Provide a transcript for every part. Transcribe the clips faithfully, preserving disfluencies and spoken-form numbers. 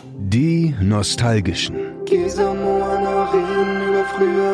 Die Nostalgischen. Gesa Moana reden über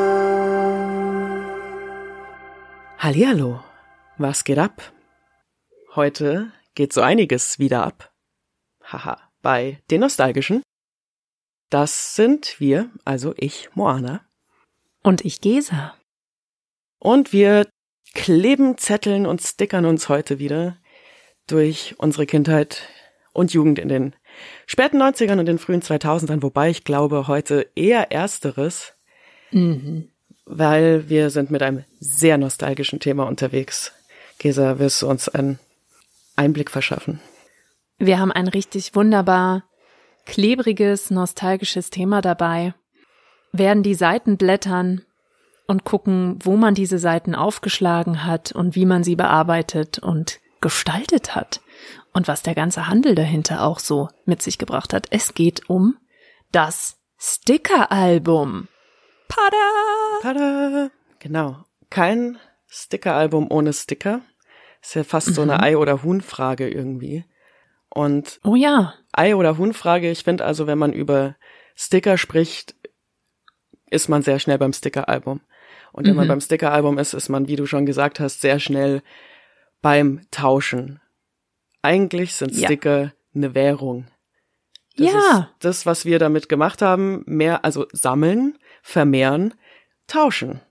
früher. Hallihallo, was geht ab? Heute geht so einiges wieder ab. Haha, bei den Nostalgischen. Das sind wir, also ich, Moana. Und ich, Gesa. Und wir kleben, zetteln und stickern uns heute wieder durch unsere Kindheit und Jugend in den späten neunzigern und den frühen zweitausendern, wobei ich glaube, heute eher Ersteres, Mhm. weil wir sind mit einem sehr nostalgischen Thema unterwegs. Gesa, wirst du uns einen Einblick verschaffen? Wir haben ein richtig wunderbar klebriges, nostalgisches Thema dabei, werden die Seiten blättern und gucken, wo man diese Seiten aufgeschlagen hat und wie man sie bearbeitet und gestaltet hat und was der ganze Handel dahinter auch so mit sich gebracht hat. Es geht um das Sticker-Album. Pada! Tada! Genau. Kein Sticker-Album ohne Sticker. Ist ja fast so eine Mhm. Ei- oder Huhn-Frage irgendwie. Und Oh ja. Ei- oder Huhn-Frage, ich finde also, wenn man über Sticker spricht, ist man sehr schnell beim Sticker-Album. Und wenn Mhm. man beim Sticker-Album ist, ist man, wie du schon gesagt hast, sehr schnell beim Tauschen. Eigentlich sind Ja. Sticker eine Währung. Das Ja. ist das, was wir damit gemacht haben, mehr, also sammeln, vermehren, tauschen.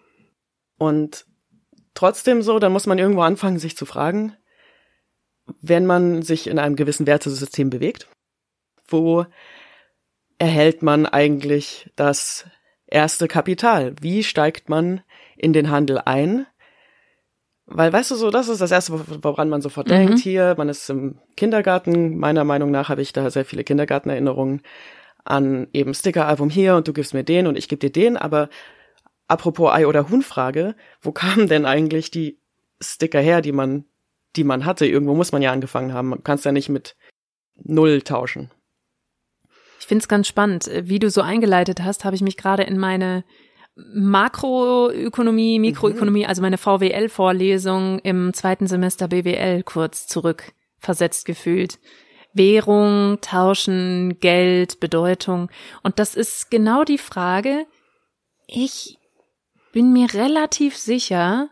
Und trotzdem so, dann muss man irgendwo anfangen, sich zu fragen, wenn man sich in einem gewissen Wertesystem bewegt, wo erhält man eigentlich das erste Kapital? Wie steigt man in den Handel ein? Weil, weißt du so, das ist das Erste, woran man sofort Mhm. denkt. Hier, man ist im Kindergarten. Meiner Meinung nach habe ich da sehr viele Kindergartenerinnerungen an eben Sticker-Album hier und du gibst mir den und ich gebe dir den. Aber apropos Ei- oder Huhn-Frage, wo kamen denn eigentlich die Sticker her, die man, die man hatte? Irgendwo muss man ja angefangen haben. Man kann es ja nicht mit Null tauschen. Ich finde es ganz spannend. Wie du so eingeleitet hast, habe ich mich gerade in meine Makroökonomie, Mikroökonomie, also meine V W L-Vorlesung im zweiten Semester B W L kurz zurückversetzt gefühlt. Währung, Tauschen, Geld, Bedeutung. Und das ist genau die Frage. Ich bin mir relativ sicher,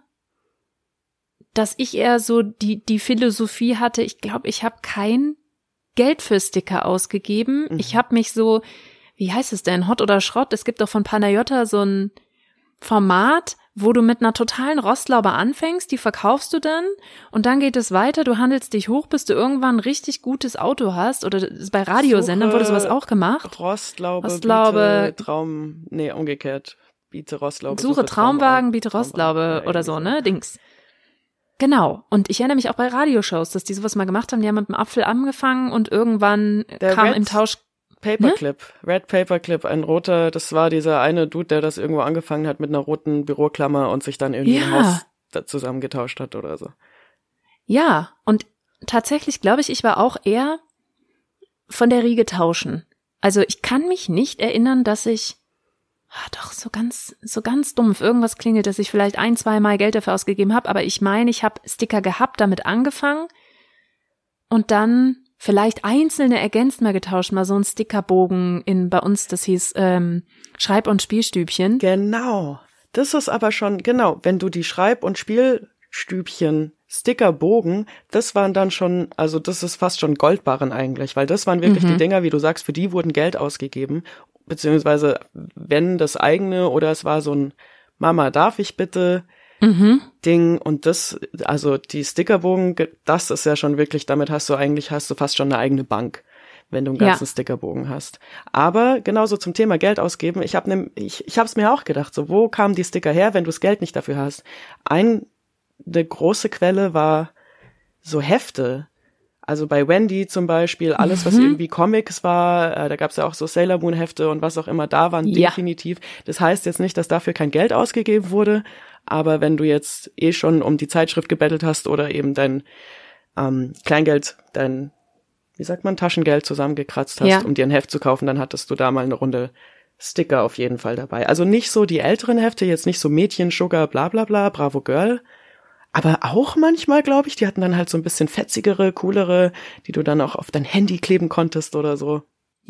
dass ich eher so die, die Philosophie hatte, ich glaube, ich habe kein Geld für Sticker ausgegeben. Mhm. Ich habe mich so, wie heißt es denn, Hot oder Schrott? Es gibt doch von Panayota so ein Format, wo du mit einer totalen Rostlaube anfängst, die verkaufst du dann und dann geht es weiter, du handelst dich hoch, bis du irgendwann ein richtig gutes Auto hast oder bei Radiosendern Suche wurde sowas auch gemacht. Rostlaube, Rostlaube. biete Traum, nee, umgekehrt. Biete Rostlaube. Suche Traumwagen, biete Traumwagen. Rostlaube Ja, oder so, irgendwie ne, Dings. Genau. Und ich erinnere mich auch bei Radioshows, dass die sowas mal gemacht haben, die haben mit dem Apfel angefangen und irgendwann Der kam Red im Tausch. Paperclip, Red Paperclip, ein roter, das war dieser eine Dude, der das irgendwo angefangen hat mit einer roten Büroklammer und sich dann irgendwie ein Ja. Haus da zusammengetauscht hat oder so. Ja, und tatsächlich glaube ich, ich war auch eher von der Riege tauschen. Also ich kann mich nicht erinnern, dass ich, ah, doch so ganz, so ganz dumpf, irgendwas klingelt, dass ich vielleicht ein, zwei Mal Geld dafür ausgegeben habe, aber ich meine, ich habe Sticker gehabt, damit angefangen und dann vielleicht einzelne ergänzt mal getauscht, mal so ein Stickerbogen in, bei uns, das hieß ähm, Schreib- und Spielstübchen. Genau. Das ist aber schon, genau, wenn du die Schreib- und Spielstübchen, Stickerbogen, das waren dann schon, also das ist fast schon Goldbarren eigentlich, weil das waren wirklich Mhm. die Dinger, wie du sagst, für die wurden Geld ausgegeben, beziehungsweise wenn das eigene oder es war so ein Mama, darf ich bitte Mhm. Ding und das, also die Stickerbogen, das ist ja schon wirklich, damit hast du eigentlich, hast du fast schon eine eigene Bank, wenn du einen Ja. ganzen Stickerbogen hast. Aber genauso zum Thema Geld ausgeben, ich habe ne, ich, ich habe es mir auch gedacht, so wo kamen die Sticker her, wenn du das Geld nicht dafür hast? Ein, eine große Quelle war so Hefte. Also bei Wendy zum Beispiel, alles, was Mhm. irgendwie Comics war, äh, da gab's ja auch so Sailor Moon Hefte und was auch immer da waren, Ja. definitiv. Das heißt jetzt nicht, dass dafür kein Geld ausgegeben wurde, aber wenn du jetzt eh schon um die Zeitschrift gebettelt hast oder eben dein ähm, Kleingeld, dein, wie sagt man, Taschengeld zusammengekratzt hast, Ja. um dir ein Heft zu kaufen, dann hattest du da mal eine Runde Sticker auf jeden Fall dabei. Also nicht so die älteren Hefte, jetzt nicht so Mädchen, Sugar, bla bla bla, Bravo Girl, aber auch manchmal, glaube ich, die hatten dann halt so ein bisschen fetzigere, coolere, die du dann auch auf dein Handy kleben konntest oder so.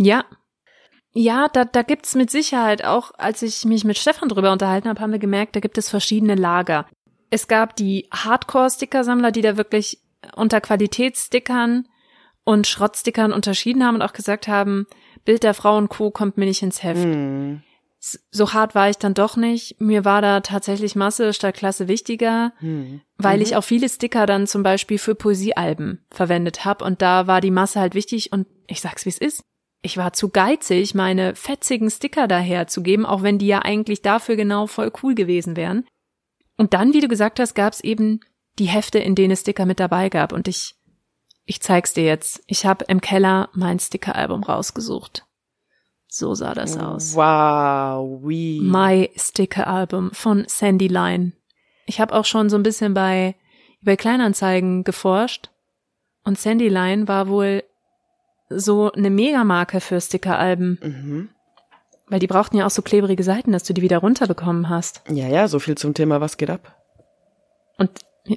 Ja. Ja, da, da gibt's mit Sicherheit auch, als ich mich mit Stefan drüber unterhalten habe, haben wir gemerkt, da gibt es verschiedene Lager. Es gab die Hardcore-Sticker-Sammler, die da wirklich unter Qualitätsstickern und Schrottstickern unterschieden haben und auch gesagt haben, Bild der Frau und Co. kommt mir nicht ins Heft. Hm. So hart war ich dann doch nicht. Mir war da tatsächlich Masse statt Klasse wichtiger, Hm. weil Mhm. ich auch viele Sticker dann zum Beispiel für Poesiealben verwendet habe und da war die Masse halt wichtig und ich sag's wie es ist. Ich war zu geizig, meine fetzigen Sticker daherzugeben, auch wenn die ja eigentlich dafür genau voll cool gewesen wären. Und dann, wie du gesagt hast, gab's eben die Hefte, in denen es Sticker mit dabei gab und ich ich zeig's dir jetzt. Ich habe im Keller mein Stickeralbum rausgesucht. So sah das aus. Wow, wie. My Sticker Album von Sandy Line. Ich habe auch schon so ein bisschen bei eBay Kleinanzeigen geforscht und Sandy Line war wohl so eine Megamarke für Stickeralben, Mhm. weil die brauchten ja auch so klebrige Seiten, dass du die wieder runterbekommen hast. Ja, ja, so viel zum Thema, was geht ab? Und ja,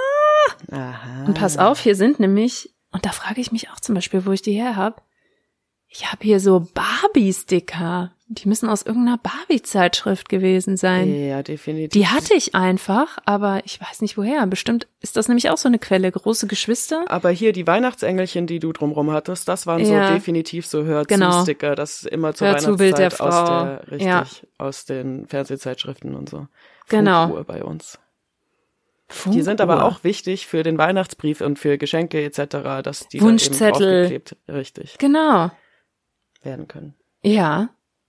Aha. und pass auf, hier sind nämlich, und da frage ich mich auch zum Beispiel, wo ich die her habe. Ich habe hier so Barbie-Sticker. Die müssen aus irgendeiner Barbie-Zeitschrift gewesen sein. Ja, definitiv. Die hatte ich einfach, aber ich weiß nicht woher. Bestimmt ist das nämlich auch so eine Quelle. Große Geschwister. Aber hier die Weihnachtsengelchen, die du drumrum hattest, das waren Ja. so definitiv so Genau. Hör-zu-Sticker, das immer zur Hör zu, Bild der Weihnachtszeit aus Frau. der, richtig, Ja. aus den Fernsehzeitschriften und so. Genau. Funkuhr bei uns. Die sind aber auch wichtig für den Weihnachtsbrief und für Geschenke et cetera, dass die Wunschzettel. da eben draufgeklebt, richtig, Genau. werden können. Ja.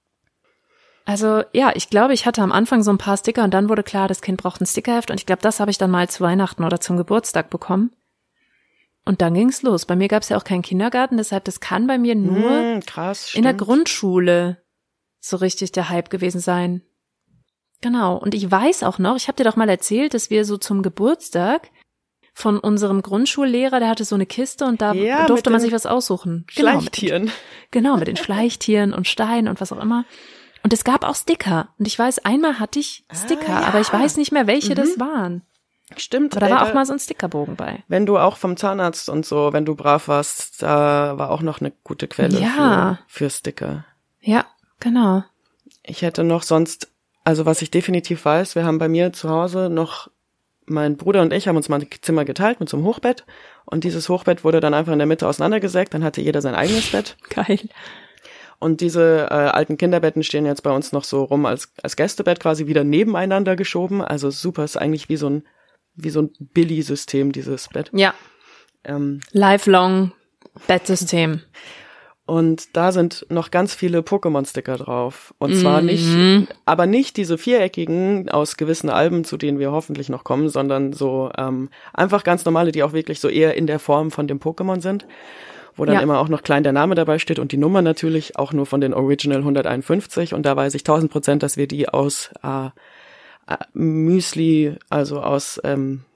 Also, ja, ich glaube, ich hatte am Anfang so ein paar Sticker und dann wurde klar, das Kind braucht ein Stickerheft und ich glaube, das habe ich dann mal zu Weihnachten oder zum Geburtstag bekommen. Und dann ging's los. Bei mir gab's ja auch keinen Kindergarten, deshalb das kann bei mir nur Hm, krass, in der stimmt. Grundschule so richtig der Hype gewesen sein. Genau. Und ich weiß auch noch, ich habe dir doch mal erzählt, dass wir so zum Geburtstag von unserem Grundschullehrer, der hatte so eine Kiste und da Ja, durfte mit man den sich was aussuchen. Schleichtieren. Genau, mit, genau, mit den Schleichtieren und Steinen und was auch immer. Und es gab auch Sticker. Und ich weiß, einmal hatte ich Sticker, Ah, ja. aber ich weiß nicht mehr, welche Mhm. das waren. Stimmt. Aber da ey, war da- auch mal so ein Stickerbogen bei. Wenn du auch vom Zahnarzt und so, wenn du brav warst, da war auch noch eine gute Quelle Ja. für, für Sticker. Ja, genau. Ich hätte noch sonst, also was ich definitiv weiß, wir haben bei mir zu Hause noch, mein Bruder und ich haben uns mal ein Zimmer geteilt mit so einem Hochbett und dieses Hochbett wurde dann einfach in der Mitte auseinandergesägt, dann hatte jeder sein eigenes Bett. Geil. Und diese äh, alten Kinderbetten stehen jetzt bei uns noch so rum als als Gästebett quasi wieder nebeneinander geschoben. Also super, ist eigentlich wie so ein wie so ein Billy-System, dieses Bett. Ja, Ähm, Lifelong Bettsystem. und da sind noch ganz viele Pokémon-Sticker drauf. Und zwar nicht, aber nicht diese viereckigen aus gewissen Alben, zu denen wir hoffentlich noch kommen, sondern so ähm, einfach ganz normale, die auch wirklich so eher in der Form von dem Pokémon sind. Wo dann Ja. immer auch noch klein der Name dabei steht und die Nummer natürlich auch nur von den Original hunderteinundfünfzig. Und da weiß ich tausend Prozent, dass wir die aus äh, äh, Müsli, also aus ähm,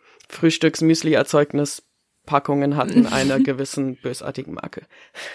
Frühstücks-Müsli-Erzeugnispackungen hatten einer gewissen bösartigen Marke.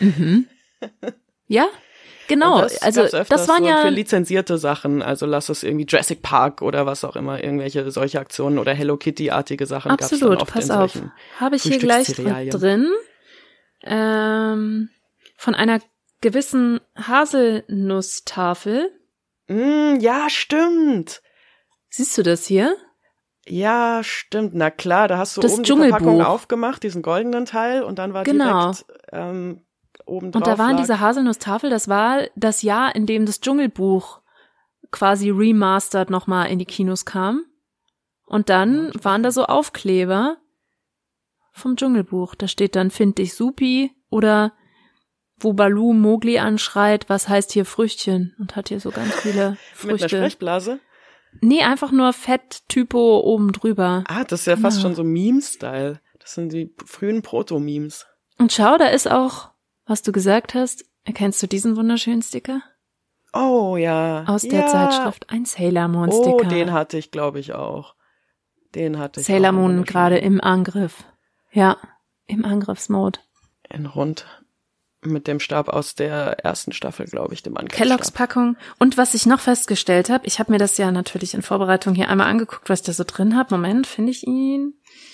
Ja, genau. Und das Also gab's öfters das waren so ja für lizenzierte Sachen, also lass es irgendwie Jurassic Park oder was auch immer, irgendwelche solche Aktionen oder Hello Kitty-artige Sachen gab's dann absolut. oft Pass in auf, solchen habe ich hier gleich Frühstückscerealien. drin ähm, von einer gewissen Haselnusstafel. Mm, ja, stimmt. Siehst du das hier? Ja, stimmt. Na klar, da hast du Das oben die Verpackung Dschungelbuch. aufgemacht, diesen goldenen Teil, und dann war Genau. direkt ähm, oben drauf Und da waren lag, diese Haselnusstafel, das war das Jahr, in dem das Dschungelbuch quasi remastered nochmal in die Kinos kam. Und dann waren da so Aufkleber vom Dschungelbuch. Da steht dann, find dich supi, oder wo Baloo Mowgli anschreit, was heißt hier Früchtchen? Und hat hier so ganz viele mit einer Früchte. Sprechblase. Nee, einfach nur Fett-Typo oben drüber. Ah, das ist ja fast Ja. schon so Meme-Style. Das sind die frühen Proto-Memes. Und schau, da ist auch, was du gesagt hast, erkennst du diesen wunderschönen Sticker? Oh ja. Aus der ja. Zeitschrift, ein Sailor Moon Oh, Sticker. den hatte ich, glaube ich, auch. Den hatte ich Sailor auch. Moon wunderschön. gerade im Angriff. Ja, im Angriffsmode. In rund. Mit dem Stab aus der ersten Staffel, glaube ich, dem Angriffsstab. Kelloggs Packung. Und was ich noch festgestellt habe, ich habe mir das ja natürlich in Vorbereitung hier einmal angeguckt, was ich da so drin habe. Moment, finde ich ihn.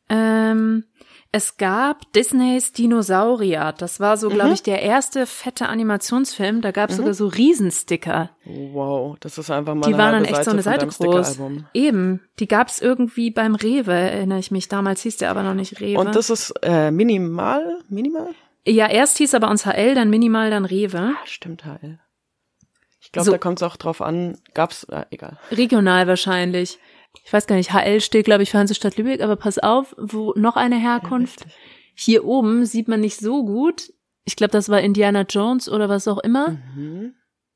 Ähm, es gab Disneys Dinosaurier. Das war so, glaube Mhm. ich, der erste fette Animationsfilm. Da gab es Mhm. sogar so Riesensticker. Wow, das ist einfach mal Die eine waren dann halbe echt so eine Seite Seite von deinem groß. Sticker-Album. Eben. Die gab es irgendwie beim Rewe, erinnere ich mich. Damals hieß der aber noch nicht Rewe. Und das ist äh, minimal, minimal? ja, erst hieß er bei uns H L, dann Minimal, dann Rewe. Ah, stimmt, H L. Ich glaube, So. da kommt es auch drauf an, gab's, äh, egal. Regional wahrscheinlich. Ich weiß gar nicht, H L steht, glaube ich, für Hansestadt Lübeck, aber pass auf, wo noch eine Herkunft. Ja, Hier oben sieht man nicht so gut. Ich glaube, das war Indiana Jones oder was auch immer. Mhm.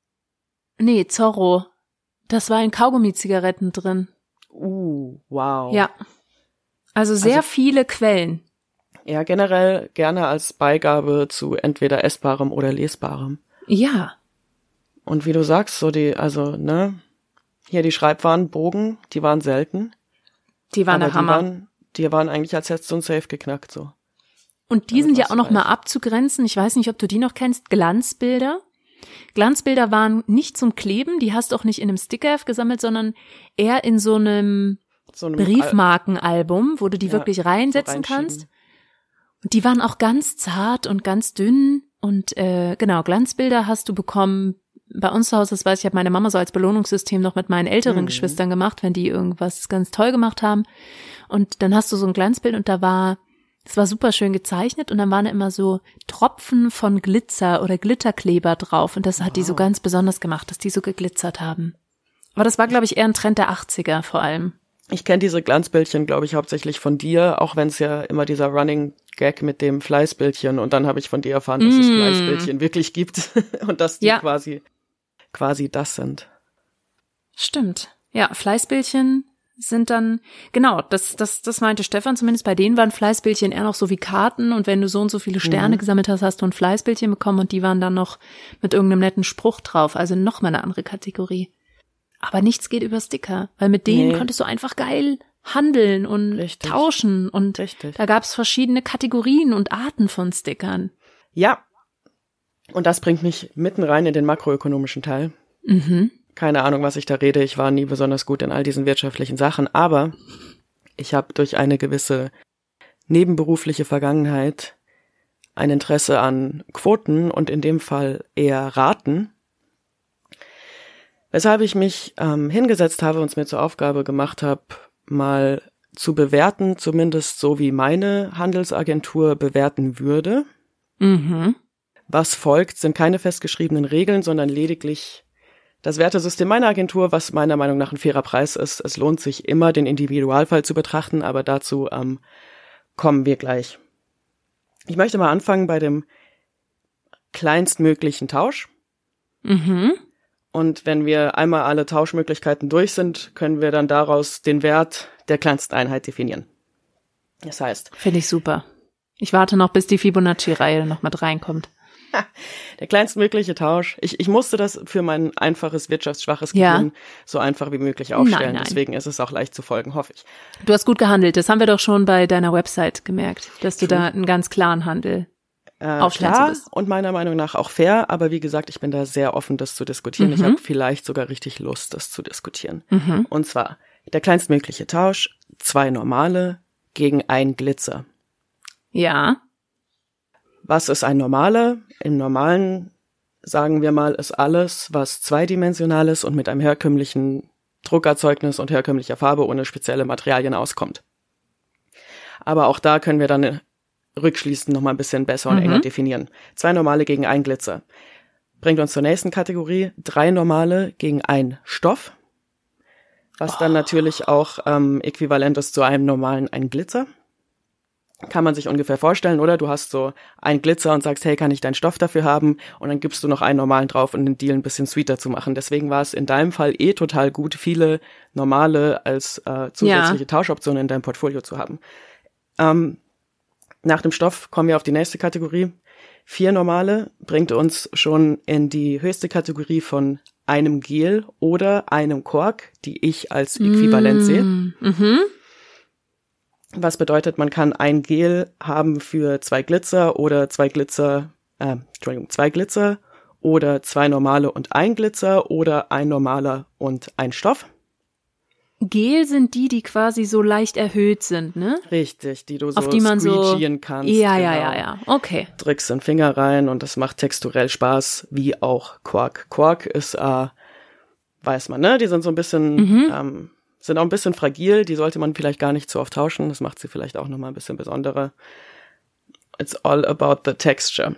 Nee, Zorro. Das war in Kaugummi-Zigaretten drin. Uh, wow. Ja. Also sehr Also- viele Quellen. Ja, generell gerne als Beigabe zu entweder essbarem oder lesbarem. Ja. Und wie du sagst, so die, also, ne, hier die Schreibwarenbogen, die waren selten. Die waren aber der Hammer. Die waren, die waren eigentlich als hättest du ein Safe geknackt, so. Und die damit sind ja war's auch noch mal reich. abzugrenzen. Ich weiß nicht, ob du die noch kennst. Glanzbilder. Glanzbilder waren nicht zum Kleben. Die hast du auch nicht in einem Stickerheft gesammelt, sondern eher in so einem So einem Briefmarkenalbum, wo du die Ja, wirklich reinsetzen reinschieben. kannst. Und die waren auch ganz zart und ganz dünn. Und äh, genau, Glanzbilder hast du bekommen. Bei uns zu Hause, das weiß ich, habe meine Mama so als Belohnungssystem noch mit meinen älteren Mhm. Geschwistern gemacht, wenn die irgendwas ganz toll gemacht haben. Und dann hast du so ein Glanzbild und da war, es war super schön gezeichnet und dann waren da immer so Tropfen von Glitzer oder Glitterkleber drauf. Und das hat die so Wow. ganz besonders gemacht, dass die so geglitzert haben. Aber das war, glaube ich, eher ein Trend der achtziger vor allem. Ich kenne diese Glanzbildchen, glaube ich, hauptsächlich von dir, auch wenn es ja immer dieser Running Gag mit dem Fleißbildchen und dann habe ich von dir erfahren, dass es Mm. Fleißbildchen wirklich gibt und dass die Ja. quasi quasi das sind. Stimmt. Ja, Fleißbildchen sind dann, genau, das, das, das meinte Stefan, zumindest bei denen waren Fleißbildchen eher noch so wie Karten und wenn du so und so viele Sterne Mhm. gesammelt hast, hast du ein Fleißbildchen bekommen und die waren dann noch mit irgendeinem netten Spruch drauf, also noch mal eine andere Kategorie. Aber nichts geht über Sticker, weil mit denen Nee. konntest du einfach geil handeln und Richtig. tauschen und Richtig. da gab's verschiedene Kategorien und Arten von Stickern. Ja. Und das bringt mich mitten rein in den makroökonomischen Teil. Mhm. Keine Ahnung, was ich da rede. Ich war nie besonders gut in all diesen wirtschaftlichen Sachen, aber ich habe durch eine gewisse nebenberufliche Vergangenheit ein Interesse an Quoten und in dem Fall eher Raten, weshalb ich mich ähm, hingesetzt habe und es mir zur Aufgabe gemacht habe, mal zu bewerten, zumindest so wie meine Handelsagentur bewerten würde. Mhm. Was folgt, sind keine festgeschriebenen Regeln, sondern lediglich das Wertesystem meiner Agentur, was meiner Meinung nach ein fairer Preis ist. Es lohnt sich immer, den Individualfall zu betrachten, aber dazu ähm, kommen wir gleich. Ich möchte mal anfangen bei dem kleinstmöglichen Tausch. Mhm. Und wenn wir einmal alle Tauschmöglichkeiten durch sind, können wir dann daraus den Wert der kleinsten Einheit definieren. Das heißt, Finde ich super. Ich warte noch, bis die Fibonacci-Reihe noch mit reinkommt. der kleinstmögliche Tausch. Ich, ich musste das für mein einfaches, wirtschaftsschwaches Ja. Gehirn so einfach wie möglich aufstellen. Nein, nein. Deswegen ist es auch leicht zu folgen, hoffe ich. Du hast gut gehandelt. Das haben wir doch schon bei deiner Website gemerkt, dass du True. da einen ganz klaren Handel Äh, aufstellen klar solltest. und meiner Meinung nach auch fair, aber wie gesagt, ich bin da sehr offen, das zu diskutieren. Ich Mhm. habe vielleicht sogar richtig Lust, das zu diskutieren. Mhm. Und zwar der kleinstmögliche Tausch, zwei normale gegen ein Glitzer. Ja. Was ist ein normaler? Im normalen, sagen wir mal, ist alles, was zweidimensional ist und mit einem herkömmlichen Druckerzeugnis und herkömmlicher Farbe ohne spezielle Materialien auskommt. Aber auch da können wir dann rückschließend noch mal ein bisschen besser und Mhm. enger definieren. Zwei normale gegen ein Glitzer. Bringt uns zur nächsten Kategorie. Drei normale gegen ein Stoff. Was dann natürlich auch ähm, äquivalent ist zu einem normalen ein Glitzer. Kann man sich ungefähr vorstellen, oder? Du hast so ein Glitzer und sagst, hey, kann ich deinen Stoff dafür haben? Und dann gibst du noch einen normalen drauf, um den Deal ein bisschen sweeter zu machen. Deswegen war es in deinem Fall eh total gut, viele normale als äh, zusätzliche Ja. Tauschoptionen in deinem Portfolio zu haben. Ähm, nach dem Stoff kommen wir auf die nächste Kategorie. Vier normale bringt uns schon in die höchste Kategorie von einem Gel oder einem Kork, die ich als äquivalent Mm. sehe. Mhm. Was bedeutet, man kann ein Gel haben für zwei Glitzer oder zwei Glitzer, äh, Entschuldigung, zwei Glitzer oder zwei normale und ein Glitzer oder ein normaler und ein Stoff. Gel sind die, die quasi so leicht erhöht sind, ne? Richtig, die du so Auf die man so squeegeen kannst. Ja, genau. ja, ja, ja. Okay. Drückst den Finger rein und das macht texturell Spaß, wie auch Quark. Quark ist, äh, weiß man, ne? Die sind so ein bisschen, Mhm. ähm, sind auch ein bisschen fragil. Die sollte man vielleicht gar nicht so oft tauschen. Das macht sie vielleicht auch nochmal ein bisschen besonderer. It's all about the texture.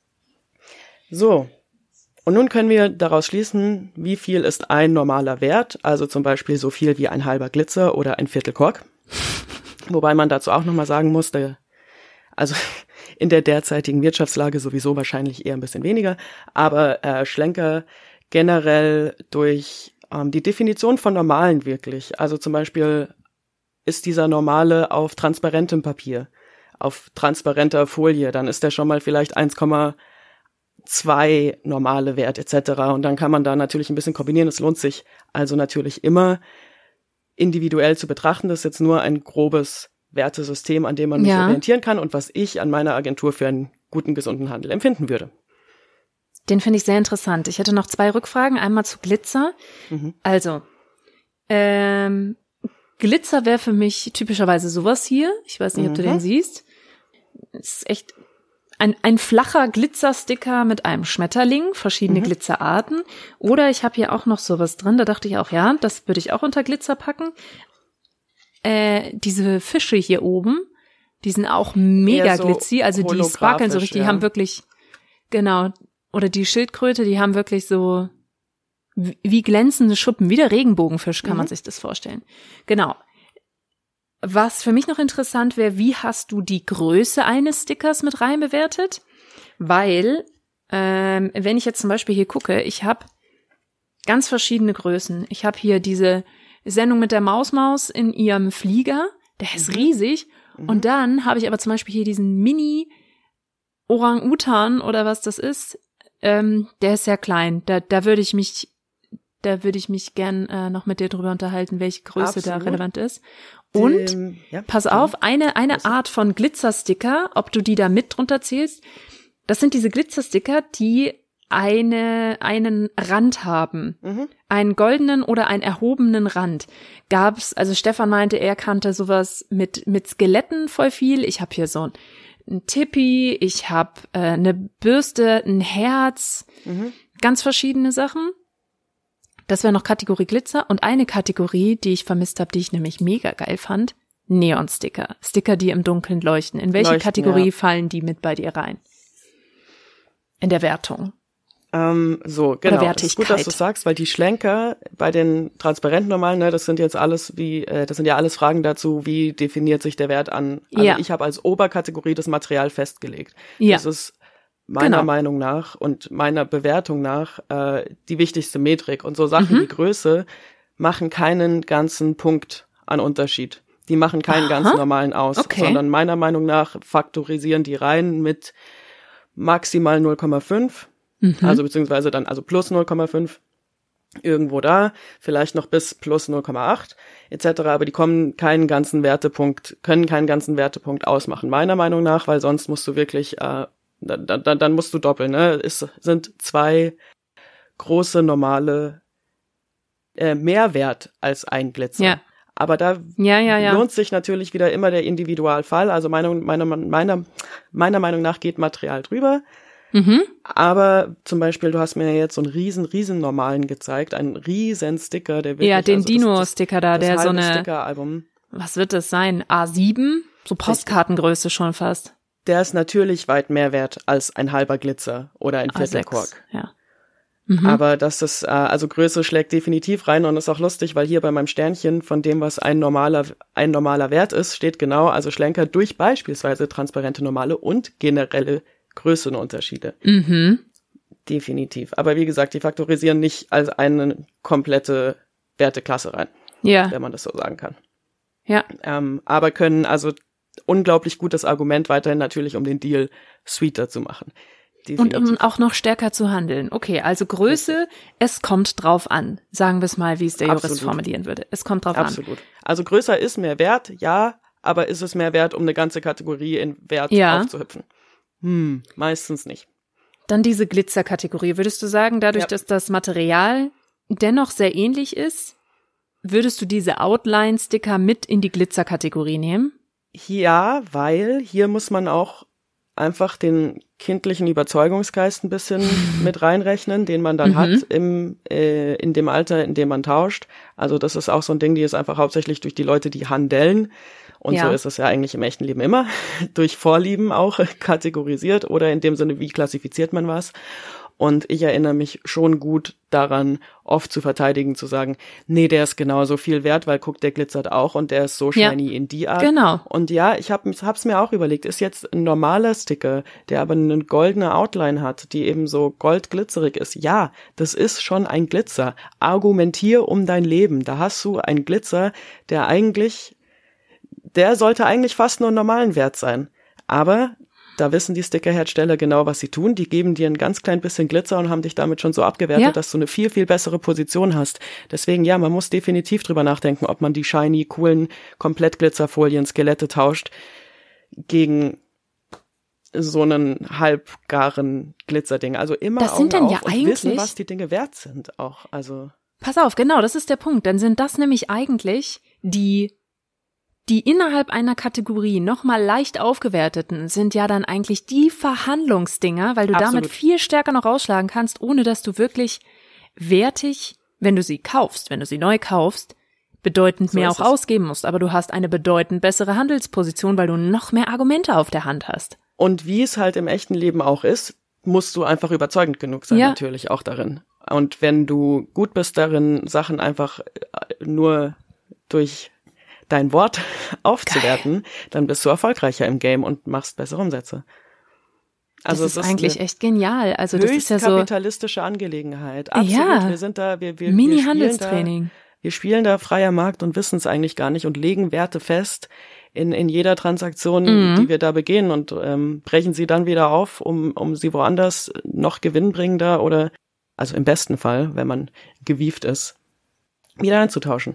So. Und nun können wir daraus schließen, wie viel ist ein normaler Wert, also zum Beispiel so viel wie ein halber Glitzer oder ein Viertel Quark. Wobei man dazu auch nochmal sagen musste, also in der derzeitigen Wirtschaftslage sowieso wahrscheinlich eher ein bisschen weniger, aber äh, Schlenker generell durch ähm, die Definition von normalen wirklich, also zum Beispiel ist dieser normale auf transparentem Papier, auf transparenter Folie, dann ist der schon mal vielleicht eins Komma zwei normale Wert et cetera. Und dann kann man da natürlich ein bisschen kombinieren. Es lohnt sich also natürlich immer individuell zu betrachten. Das ist jetzt nur ein grobes Wertesystem, an dem man sich Ja. orientieren kann und was ich an meiner Agentur für einen guten, gesunden Handel empfinden würde. Den finde ich sehr interessant. Ich hätte noch zwei Rückfragen. Einmal zu Glitzer. Mhm. Also, ähm, Glitzer wäre für mich typischerweise sowas hier. Ich weiß nicht, ob du Mhm. den siehst. Es ist echt ein, ein flacher Glitzersticker mit einem Schmetterling, verschiedene Mhm. Glitzerarten. Oder ich habe hier auch noch sowas drin. Da dachte ich auch, ja, das würde ich auch unter Glitzer packen. Äh, diese Fische hier oben, die sind auch mega Eher so glitzy. Also die sparkeln so richtig, die ja. haben wirklich, genau, oder die Schildkröte, die haben wirklich so wie wie glänzende Schuppen, wie der Regenbogenfisch kann Mhm. man sich das vorstellen. Genau. Was für mich noch interessant wäre, wie hast du die Größe eines Stickers mit rein bewertet? Weil, ähm, wenn ich jetzt zum Beispiel hier gucke, ich habe ganz verschiedene Größen. Ich habe hier diese Sendung mit der Mausmaus in ihrem Flieger, der ist Mhm. riesig. Mhm. Und dann habe ich aber zum Beispiel hier diesen Mini-Orang-Utan oder was das ist. Ähm, der ist sehr klein. Da, da würde ich mich, da würde ich mich gern äh, noch mit dir drüber unterhalten, welche Größe da Absolut. relevant ist. Und Ähm, ja. pass auf, eine eine Art von Glitzersticker, ob du die da mit drunter zählst. Das sind diese Glitzersticker, die eine einen Rand haben, Mhm. einen goldenen oder einen erhobenen Rand. Gab's, also Stefan meinte, er kannte sowas mit mit Skeletten voll viel. Ich habe hier so ein, ein Tippi, ich habe äh, eine Bürste, ein Herz, Mhm. ganz verschiedene Sachen. Das wäre noch Kategorie Glitzer. Und eine Kategorie, die ich vermisst habe, die ich nämlich mega geil fand, Neon-Sticker. Sticker, die im Dunkeln leuchten. In welche Leuchten, Kategorie ja. fallen die mit bei dir rein? In der Wertung. Ähm, so, genau. Es ist Wertigkeit. gut, dass du sagst, weil die Schlenker bei den transparenten normalen, ne, das sind jetzt alles wie, äh, das sind ja alles Fragen dazu, wie definiert sich der Wert an. Also Ja. ich habe als Oberkategorie das Material festgelegt. Ja. Das ist meiner Genau. Meinung nach und meiner Bewertung nach äh, die wichtigste Metrik. Und so Sachen Mhm. wie Größe machen keinen ganzen Punkt an Unterschied. Die machen keinen Aha. ganz normalen aus, Okay. sondern meiner Meinung nach faktorisieren die rein mit maximal null Komma fünf. Mhm. Also beziehungsweise dann also plus null Komma fünf irgendwo da, vielleicht noch bis plus null Komma acht et cetera. Aber die kommen keinen ganzen Wertepunkt, können keinen ganzen Wertepunkt ausmachen, meiner Meinung nach, weil sonst musst du wirklich, äh, dann, dann, dann musst du doppeln. Ne? Es sind zwei große normale äh, mehr wert als ein Glitzer. Ja. Aber da Ja, ja, ja. lohnt sich natürlich wieder immer der Individualfall. Also meiner, meiner, meiner, meiner Meinung nach geht Material drüber. Mhm. Aber zum Beispiel, du hast mir jetzt so einen riesen, riesen normalen gezeigt, einen riesen Sticker, der wirklich, Ja, den also das- Dino-Sticker da, das, der das so halbe eine, Sticker-Album, was wird das sein? A sieben? So Postkartengröße schon fast. der ist natürlich weit mehr wert als ein halber Glitzer oder ein A Viertel sechs. Quark. Ja. Mhm. Aber das ist, äh, also Größe schlägt definitiv rein und ist auch lustig, weil hier bei meinem Sternchen von dem, was ein normaler, ein normaler Wert ist, steht genau, also Schlenker durch beispielsweise transparente normale und generelle Größenunterschiede. Mhm. Definitiv. Aber wie gesagt, die faktorisieren nicht als eine komplette Werteklasse rein, Ja. wenn man das so sagen kann. Ja. Ähm, aber können also unglaublich gutes Argument weiterhin natürlich, um den Deal sweeter zu machen. Und Definitiv. um auch noch stärker zu handeln. Okay, also Größe, es kommt drauf an. Sagen wir es mal, wie es der Jurist Absolut. formulieren würde. Es kommt drauf an. Absolut. Also größer ist mehr wert, ja, aber ist es mehr wert, um eine ganze Kategorie in Wert Ja. aufzuhüpfen? Hm, meistens nicht. Dann diese Glitzerkategorie. Würdest du sagen, dadurch, Ja. dass das Material dennoch sehr ähnlich ist, würdest du diese Outline-Sticker mit in die Glitzer-Kategorie nehmen? Ja, weil hier muss man auch einfach den kindlichen Überzeugungsgeist ein bisschen mit reinrechnen, den man dann Mhm. hat im äh, in dem Alter, in dem man tauscht. Also das ist auch so ein Ding, die ist einfach hauptsächlich durch die Leute, die handeln. Und Ja. so ist es ja eigentlich im echten Leben immer. Durch Vorlieben auch kategorisiert oder in dem Sinne, wie klassifiziert man was. Und ich erinnere mich schon gut daran, oft zu verteidigen, zu sagen, nee, der ist genauso viel wert, weil guck, der glitzert auch und der ist so Ja. shiny in die Art. Genau. Und ja, ich hab, hab's mir auch überlegt, ist jetzt ein normaler Sticker, der aber eine goldene Outline hat, die eben so goldglitzerig ist. Ja, das ist schon ein Glitzer. Argumentier um dein Leben. Da hast du einen Glitzer, der eigentlich, der sollte eigentlich fast nur einen normalen Wert sein. Aber da wissen die Stickerhersteller genau, was sie tun. Die geben dir ein ganz klein bisschen Glitzer und haben dich damit schon so abgewertet, Ja. dass du eine viel, viel bessere Position hast. Deswegen, ja, man muss definitiv drüber nachdenken, ob man die shiny, coolen Komplettglitzerfolien, Skelette tauscht gegen so einen halbgaren Glitzerding. Also immer Das sind Augen dann auf ja und wissen, eigentlich- was die Dinge wert sind auch. Also Pass auf, genau, das ist der Punkt. Dann sind das nämlich eigentlich die, die innerhalb einer Kategorie nochmal leicht aufgewerteten, sind ja dann eigentlich die Verhandlungsdinger, weil du Absolut. damit viel stärker noch rausschlagen kannst, ohne dass du wirklich wertig, wenn du sie kaufst, wenn du sie neu kaufst, bedeutend So mehr ist auch es. ausgeben musst. Aber du hast eine bedeutend bessere Handelsposition, weil du noch mehr Argumente auf der Hand hast. Und wie es halt im echten Leben auch ist, musst du einfach überzeugend genug sein, Ja. natürlich auch darin. Und wenn du gut bist darin, Sachen einfach äh, nur durch dein Wort aufzuwerten, dann bist du erfolgreicher im Game und machst bessere Umsätze. Also das es ist ist eigentlich eine echt genial. Also das höchst ist ja so kapitalistische Angelegenheit. Absolut. Ja. Wir sind da, wir, wir, wir spielen Mini-Handelstraining. da, wir spielen da freier Markt und wissen es eigentlich gar nicht und legen Werte fest in, in jeder Transaktion, Mhm. die wir da begehen und ähm, brechen sie dann wieder auf, um, um sie woanders noch gewinnbringender oder, also im besten Fall, wenn man gewieft ist, wieder einzutauschen.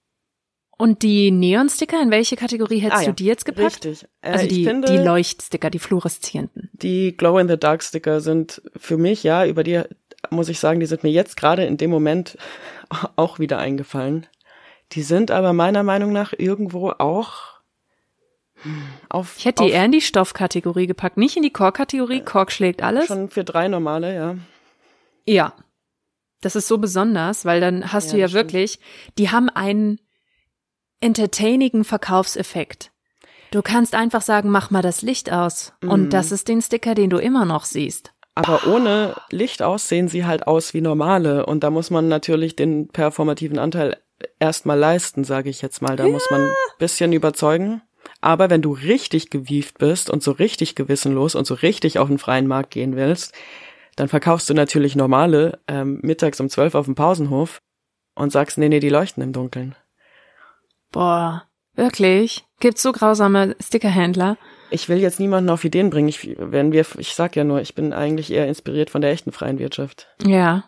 Und die Neon-Sticker, in welche Kategorie hättest Ah, ja. du die jetzt gepackt? Richtig. Äh, Also ich die, finde, die Leuchtsticker, die fluoreszierenden. die Glow-in-the-Dark-Sticker sind für mich, ja, über die muss ich sagen, die sind mir jetzt gerade in dem Moment auch wieder eingefallen. Die sind aber meiner Meinung nach irgendwo auch hm, auf, Ich hätte auf die eher in die Stoffkategorie gepackt, nicht in die Kork-Kategorie. Kork schlägt alles. schon für drei normale, ja. Ja. Das ist so besonders, weil dann hast Ja, du ja das stimmt. wirklich, die haben einen entertainigen Verkaufseffekt. Du kannst einfach sagen, mach mal das Licht aus. Mhm. Und das ist den Sticker, den du immer noch siehst. Aber ohne Licht aus sehen sie halt aus wie normale. Und da muss man natürlich den performativen Anteil erstmal leisten, sage ich jetzt mal. Da muss man ein bisschen überzeugen. Aber wenn du richtig gewieft bist und so richtig gewissenlos und so richtig auf den freien Markt gehen willst, dann verkaufst du natürlich normale ähm, mittags um zwölf auf dem Pausenhof und sagst, nee, nee, die leuchten im Dunkeln. Boah, wirklich? Gibt's so grausame Stickerhändler? Ich will jetzt niemanden auf Ideen bringen. Ich, wenn wir, ich sag ja nur, ich bin eigentlich eher inspiriert von der echten freien Wirtschaft. Ja.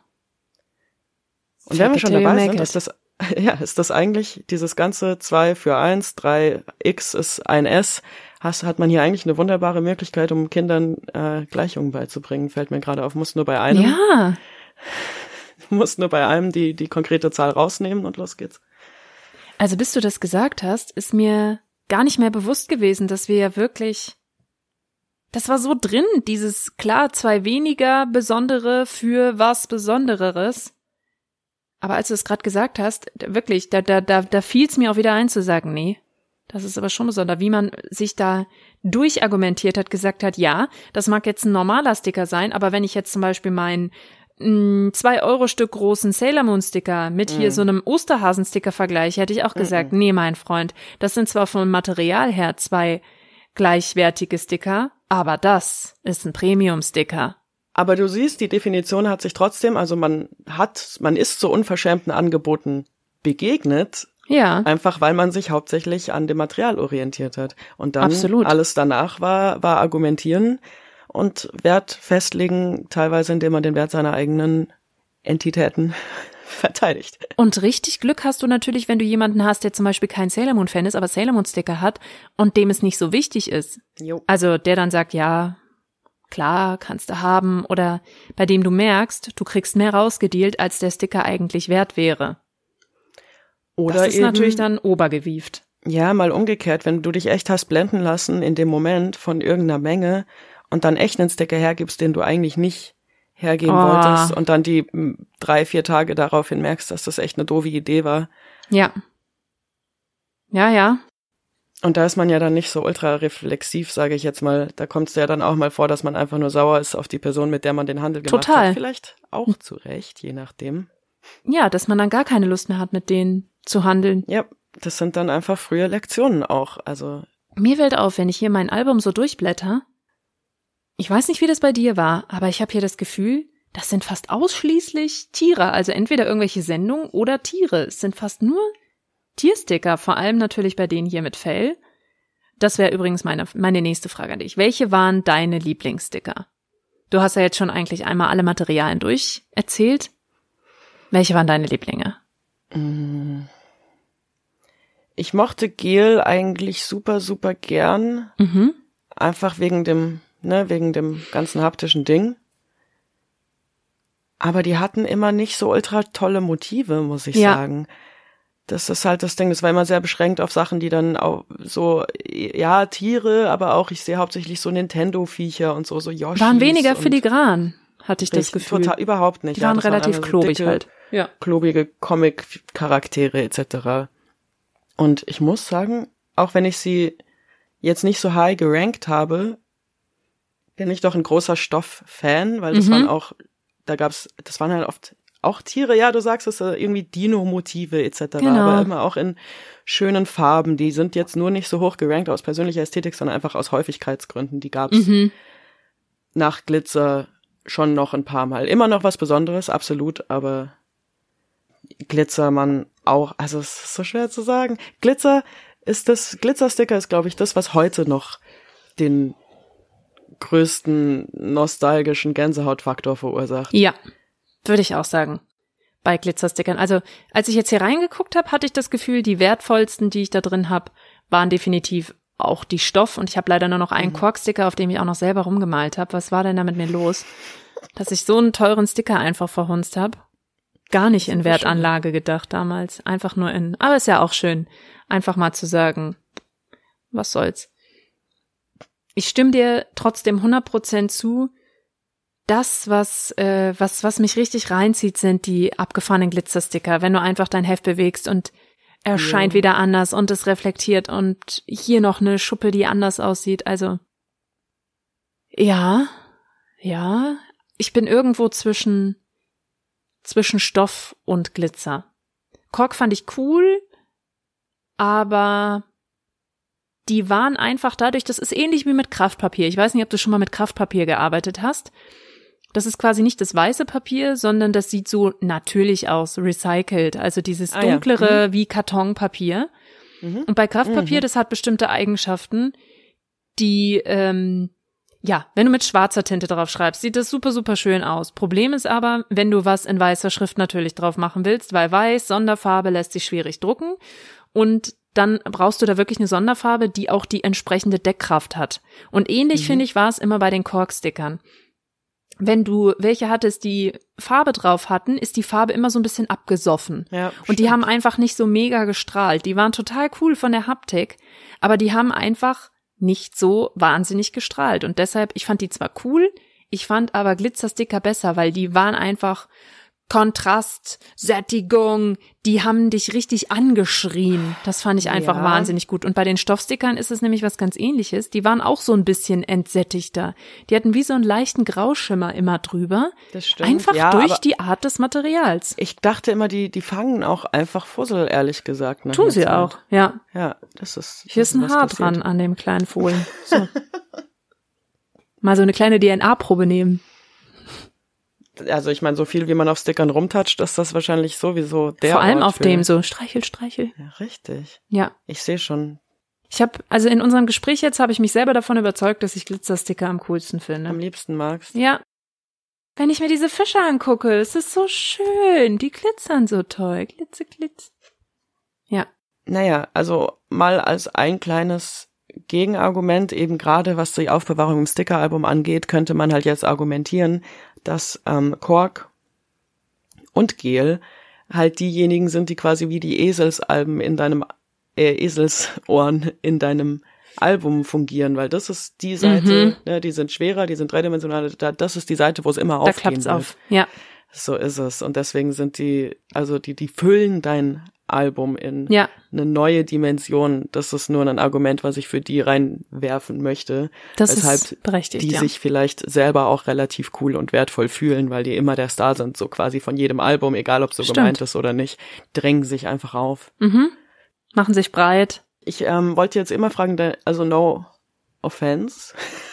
Und wenn wir schon Till you dabei make sind, it. ist das, ja, ist das eigentlich dieses ganze zwei für eins, drei x ist ein S, hast, hat man hier eigentlich eine wunderbare Möglichkeit, um Kindern äh, Gleichungen beizubringen. Fällt mir gerade auf, muss nur bei einem, Ja. muss nur bei einem die, die konkrete Zahl rausnehmen und los geht's. Also bis du das gesagt hast, ist mir gar nicht mehr bewusst gewesen, dass wir ja wirklich, das war so drin, dieses, klar, zwei weniger Besondere für was Besondereres. Aber als du es gerade gesagt hast, da- wirklich, da, da, da, da fiel es mir auch wieder ein zu sagen, nee, das ist aber schon besonders, wie man sich da durchargumentiert hat, gesagt hat, ja, das mag jetzt ein normaler Sticker sein, aber wenn ich jetzt zum Beispiel meinen zwei Euro Stück großen Sailor Moon Sticker mit hier Mm. so einem Osterhasen-Sticker vergleiche, hätte ich auch gesagt, nee, mein Freund, das sind zwar vom Material her zwei gleichwertige Sticker, aber das ist ein Premium-Sticker. Aber du siehst, die Definition hat sich trotzdem, also man hat, man ist so unverschämten Angeboten begegnet, Ja, einfach weil man sich hauptsächlich an dem Material orientiert hat. Und dann Absolut. alles danach war, war argumentieren und Wert festlegen, teilweise indem man den Wert seiner eigenen Entitäten verteidigt. und richtig Glück hast du natürlich, wenn du jemanden hast, der zum Beispiel kein Sailor Moon-Fan ist, aber Sailor Moon-Sticker hat und dem es nicht so wichtig ist. Jo. Also der dann sagt, ja, klar, kannst du haben, oder bei dem du merkst, du kriegst mehr rausgedealt, als der Sticker eigentlich wert wäre. Oder das ist eben, natürlich dann obergewieft. Ja, mal umgekehrt, wenn du dich echt hast blenden lassen in dem Moment von irgendeiner Menge und dann echt einen Sticker hergibst, den du eigentlich nicht hergeben Oh. wolltest und dann die m, drei, vier Tage daraufhin merkst, dass das echt eine doofe Idee war. Ja. Ja, ja. Und da ist man ja dann nicht so ultra reflexiv, sage ich jetzt mal. Da kommt es ja dann auch mal vor, dass man einfach nur sauer ist auf die Person, mit der man den Handel gemacht Total. hat. Vielleicht auch zu Recht, je nachdem. Ja, dass man dann gar keine Lust mehr hat, mit denen zu handeln. Ja, das sind dann einfach frühe Lektionen auch. Also Mir fällt auf, wenn ich hier mein Album so durchblätter, ich weiß nicht, wie das bei dir war, aber ich habe hier das Gefühl, das sind fast ausschließlich Tiere. Also entweder irgendwelche Sendungen oder Tiere. Es sind fast nur Tiersticker, vor allem natürlich bei denen hier mit Fell. Das wäre übrigens meine, meine nächste Frage an dich. Welche waren deine Lieblingssticker? Du hast ja jetzt schon eigentlich einmal alle Materialien durch erzählt. Welche waren deine Lieblinge? ich mochte Gel eigentlich super, super gern. Mhm. Einfach wegen dem, ne, wegen dem ganzen haptischen Ding. Aber die hatten immer nicht so ultra tolle Motive, muss ich Ja. sagen. Das ist halt das Ding, das war immer sehr beschränkt auf Sachen, die dann auch so, ja, Tiere, aber auch, ich sehe hauptsächlich so Nintendo-Viecher und so, so Yoshis. Waren weniger und filigran, hatte ich das richtig, Gefühl. Total, überhaupt nicht. Die waren das relativ einfach so klobig dicke, halt. Ja. klobige Comic-Charaktere et cetera. Und ich muss sagen, auch wenn ich sie jetzt nicht so high gerankt habe, bin ich doch ein großer Stoff-Fan, weil das Mhm. waren auch, da gab's, das waren halt oft auch Tiere, ja, du sagst es, äh, irgendwie Dino-Motive et cetera, Genau. aber immer auch in schönen Farben. Die sind jetzt nur nicht so hoch gerankt aus persönlicher Ästhetik, sondern einfach aus Häufigkeitsgründen. Die gab's Mhm. nach Glitzer schon noch ein paar Mal. Immer noch was Besonderes, absolut, aber Glitzer, man auch, also es ist so schwer zu sagen. Glitzer ist das, Glitzersticker ist, glaube ich, das, was heute noch den größten nostalgischen Gänsehautfaktor verursacht. Ja, würde ich auch sagen. Bei Glitzerstickern. Also, als ich jetzt hier reingeguckt habe, hatte ich das Gefühl, die wertvollsten, die ich da drin habe, waren definitiv auch die Stoff. Und ich habe leider nur noch einen Korksticker, auf dem ich auch noch selber rumgemalt habe. Was war denn da mit mir los? Dass ich so einen teuren Sticker einfach verhunzt habe. Gar nicht in Wertanlage gedacht damals. Einfach nur in, aber ist ja auch schön, einfach mal zu sagen, was soll's. Ich stimme dir trotzdem hundert Prozent zu. Das, was, äh, was, was mich richtig reinzieht, sind die abgefahrenen Glitzersticker. Wenn du einfach dein Heft bewegst und er scheint wieder anders und es reflektiert und hier noch eine Schuppe, die anders aussieht. Also, ja, ja, ich bin irgendwo zwischen, zwischen Stoff und Glitzer. Kork fand ich cool, aber die waren einfach dadurch, das ist ähnlich wie mit Kraftpapier. Ich weiß nicht, ob du schon mal mit Kraftpapier gearbeitet hast. Das ist quasi nicht das weiße Papier, sondern das sieht so natürlich aus, recycelt. Also dieses Ah, ja. dunklere wie Kartonpapier. Mhm. Und bei Kraftpapier, Mhm. das hat bestimmte Eigenschaften, die, ähm, ja, wenn du mit schwarzer Tinte drauf schreibst, sieht das super, super schön aus. Problem ist aber, wenn du was in weißer Schrift natürlich drauf machen willst, weil weiß, Sonderfarbe lässt sich schwierig drucken und dann brauchst du da wirklich eine Sonderfarbe, die auch die entsprechende Deckkraft hat. Und ähnlich, Mhm. finde ich, war es immer bei den Korkstickern. Wenn du welche hattest, die Farbe drauf hatten, ist die Farbe immer so ein bisschen abgesoffen. Ja, Und die stimmt. haben einfach nicht so mega gestrahlt. Die waren total cool von der Haptik, aber die haben einfach nicht so wahnsinnig gestrahlt. Und deshalb, ich fand die zwar cool, ich fand aber Glitzersticker besser, weil die waren einfach Kontrast, Sättigung, die haben dich richtig angeschrien. Das fand ich einfach Ja. wahnsinnig gut. Und bei den Stoffstickern ist es nämlich was ganz Ähnliches. Die waren auch so ein bisschen entsättigter. Die hatten wie so einen leichten Grauschimmer immer drüber. Das stimmt. Einfach Ja, durch aber die Art des Materials. ich dachte immer, die, die fangen auch einfach Fussel, ehrlich gesagt. nach Tun einer sie Zeit. auch, ja. Ja, das ist. Hier das ist ein was Haar passiert. dran an dem kleinen Fohlen. So. Mal so eine kleine D N A-Probe nehmen. Also ich meine, so viel wie man auf Stickern rumtatscht, ist das wahrscheinlich sowieso der Vor allem Ort auf für- dem so Streichel, Streichel. Ja, richtig. Ja. Ich sehe schon. Ich habe, also in unserem Gespräch jetzt habe ich mich selber davon überzeugt, dass ich Glitzersticker am coolsten finde. Am liebsten magst. Ja. Wenn ich mir diese Fische angucke, es ist so schön. Die glitzern so toll. Glitze, glitz. Ja. Naja, also mal als ein kleines Gegenargument, eben gerade was die Aufbewahrung im Stickeralbum angeht, könnte man halt jetzt argumentieren, dass ähm, Kork und Gel halt diejenigen sind, die quasi wie die Eselsalben in deinem, äh, Eselsohren in deinem Album fungieren, weil das ist die Seite, mhm. ne, die sind schwerer, die sind dreidimensionaler, das ist die Seite, wo es immer aufgehen wird. Da klappt's wird. auf, ja. So ist es. Und deswegen sind die, also die, die füllen dein Album in ja. eine neue Dimension. Das ist nur ein Argument, was ich für die reinwerfen möchte. Das weshalb ist berechtigt, die ja. sich vielleicht selber auch relativ cool und wertvoll fühlen, weil die immer der Star sind, so quasi von jedem Album, egal ob so Stimmt. gemeint ist oder nicht, drängen sich einfach auf. Mhm. Machen sich breit. Ich ähm, wollte jetzt immer fragen, also no offense,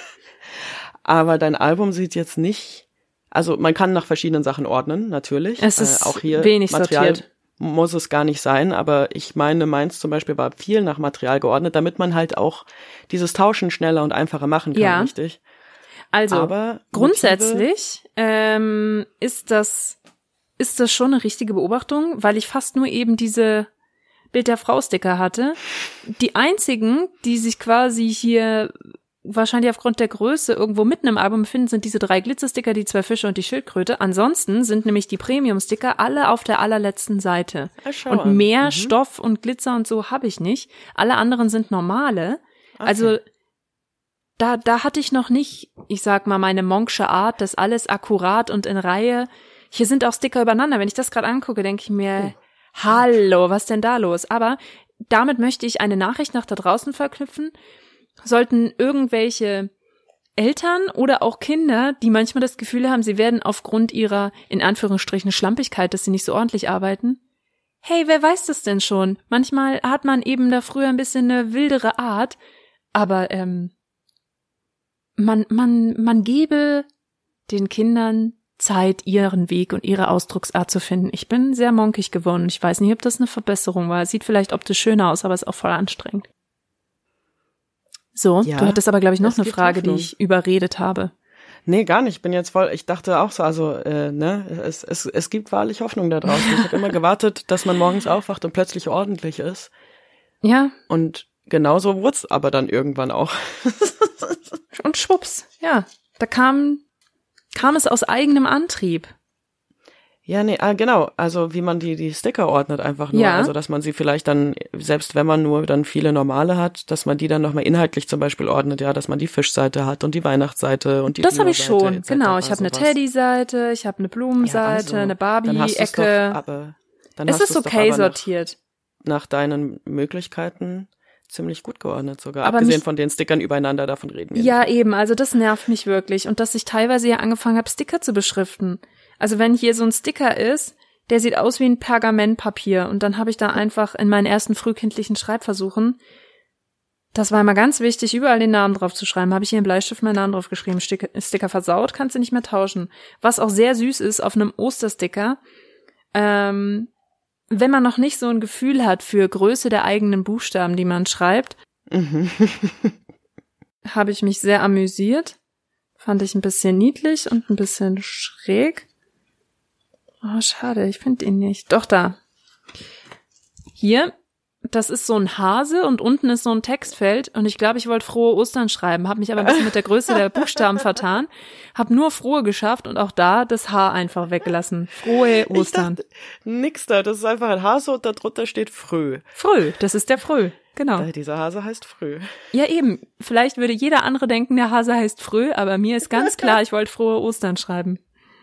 aber dein Album sieht jetzt nicht, also man kann nach verschiedenen Sachen ordnen, natürlich. Es ist äh, auch hier wenig Material sortiert. Muss es gar nicht sein, aber ich meine, meins zum Beispiel war viel nach Material geordnet, damit man halt auch dieses Tauschen schneller und einfacher machen kann, ja. richtig? Also aber grundsätzlich ähm, ist das ist das schon eine richtige Beobachtung, weil ich fast nur eben diese Bild der Frau-Sticker hatte. Die einzigen, die sich quasi hier wahrscheinlich aufgrund der Größe irgendwo mitten im Album befinden, sind diese drei Glitzer-Sticker, die zwei Fische und die Schildkröte. Ansonsten sind nämlich die Premium-Sticker alle auf der allerletzten Seite. Ah, und mehr mhm. Stoff und Glitzer und so habe ich nicht. Alle anderen sind normale. Okay. Also da da hatte ich noch nicht, ich sag mal, meine Monksche Art, das alles akkurat und in Reihe. Hier sind auch Sticker übereinander. Wenn ich das gerade angucke, denke ich mir, oh. Hallo, was denn da los? Aber damit möchte ich eine Nachricht nach da draußen verknüpfen. Sollten irgendwelche Eltern oder auch Kinder, die manchmal das Gefühl haben, sie werden aufgrund ihrer, in Anführungsstrichen, Schlampigkeit, dass sie nicht so ordentlich arbeiten. Hey, wer weiß das denn schon? Manchmal hat man eben da früher ein bisschen eine wildere Art, aber ähm, man, man, man gebe den Kindern Zeit, ihren Weg und ihre Ausdrucksart zu finden. Ich bin sehr monkig geworden. Ich weiß nicht, ob das eine Verbesserung war. Es sieht vielleicht optisch schöner aus, aber ist auch voll anstrengend. So, ja, du hattest aber, glaube ich, noch eine Frage, Hoffnung. Die ich überredet habe. Nee, gar nicht. Ich bin jetzt voll, ich dachte auch so, also, äh, ne, es, es, es gibt wahrlich Hoffnung da draußen. Ich habe immer gewartet, dass man morgens aufwacht und plötzlich ordentlich ist. Ja. Und genauso wurde es aber dann irgendwann auch. Und schwupps, ja. Da kam, kam es aus eigenem Antrieb. Ja, nee, ah, genau. Also wie man die die Sticker ordnet einfach nur. Ja. Also dass man sie vielleicht dann, selbst wenn man nur dann viele normale hat, dass man die dann nochmal inhaltlich zum Beispiel ordnet, ja, dass man die Fischseite hat und die Weihnachtsseite und die Das habe ich schon, et cetera. genau. Ich habe eine Teddy-Seite, ich habe eine Blumenseite, ja, also, eine Barbie-Ecke. Aber dann es hast ist okay doch sortiert. Nach, nach deinen Möglichkeiten ziemlich gut geordnet sogar. Aber abgesehen nicht, von den Stickern übereinander, davon reden wir ja, nicht. Ja, eben. Also das nervt mich wirklich. Und dass ich teilweise ja angefangen habe, Sticker zu beschriften. Also wenn hier so ein Sticker ist, der sieht aus wie ein Pergamentpapier. Und dann habe ich da einfach in meinen ersten frühkindlichen Schreibversuchen, das war immer ganz wichtig, überall den Namen drauf zu schreiben, habe ich hier im Bleistift meinen Namen drauf geschrieben. Sticker, Sticker versaut, kannst du nicht mehr tauschen. Was auch sehr süß ist auf einem Ostersticker, ähm, wenn man noch nicht so ein Gefühl hat für Größe der eigenen Buchstaben, die man schreibt, mhm. habe ich mich sehr amüsiert. Fand ich ein bisschen niedlich und ein bisschen schräg. Oh, schade, ich finde ihn nicht. Doch, da. Hier, das ist so ein Hase und unten ist so ein Textfeld und ich glaube, ich wollte frohe Ostern schreiben, habe mich aber ein bisschen mit der Größe der Buchstaben vertan, habe nur frohe geschafft und auch da das H einfach weggelassen. Frohe Ostern. Ich dachte, nix da, das ist einfach ein Hase und da drunter steht Frö. Frö, das ist der Frö, genau. Dieser Hase heißt Frö. Ja eben, vielleicht würde jeder andere denken, der Hase heißt Frö, aber mir ist ganz klar, ich wollte frohe Ostern schreiben.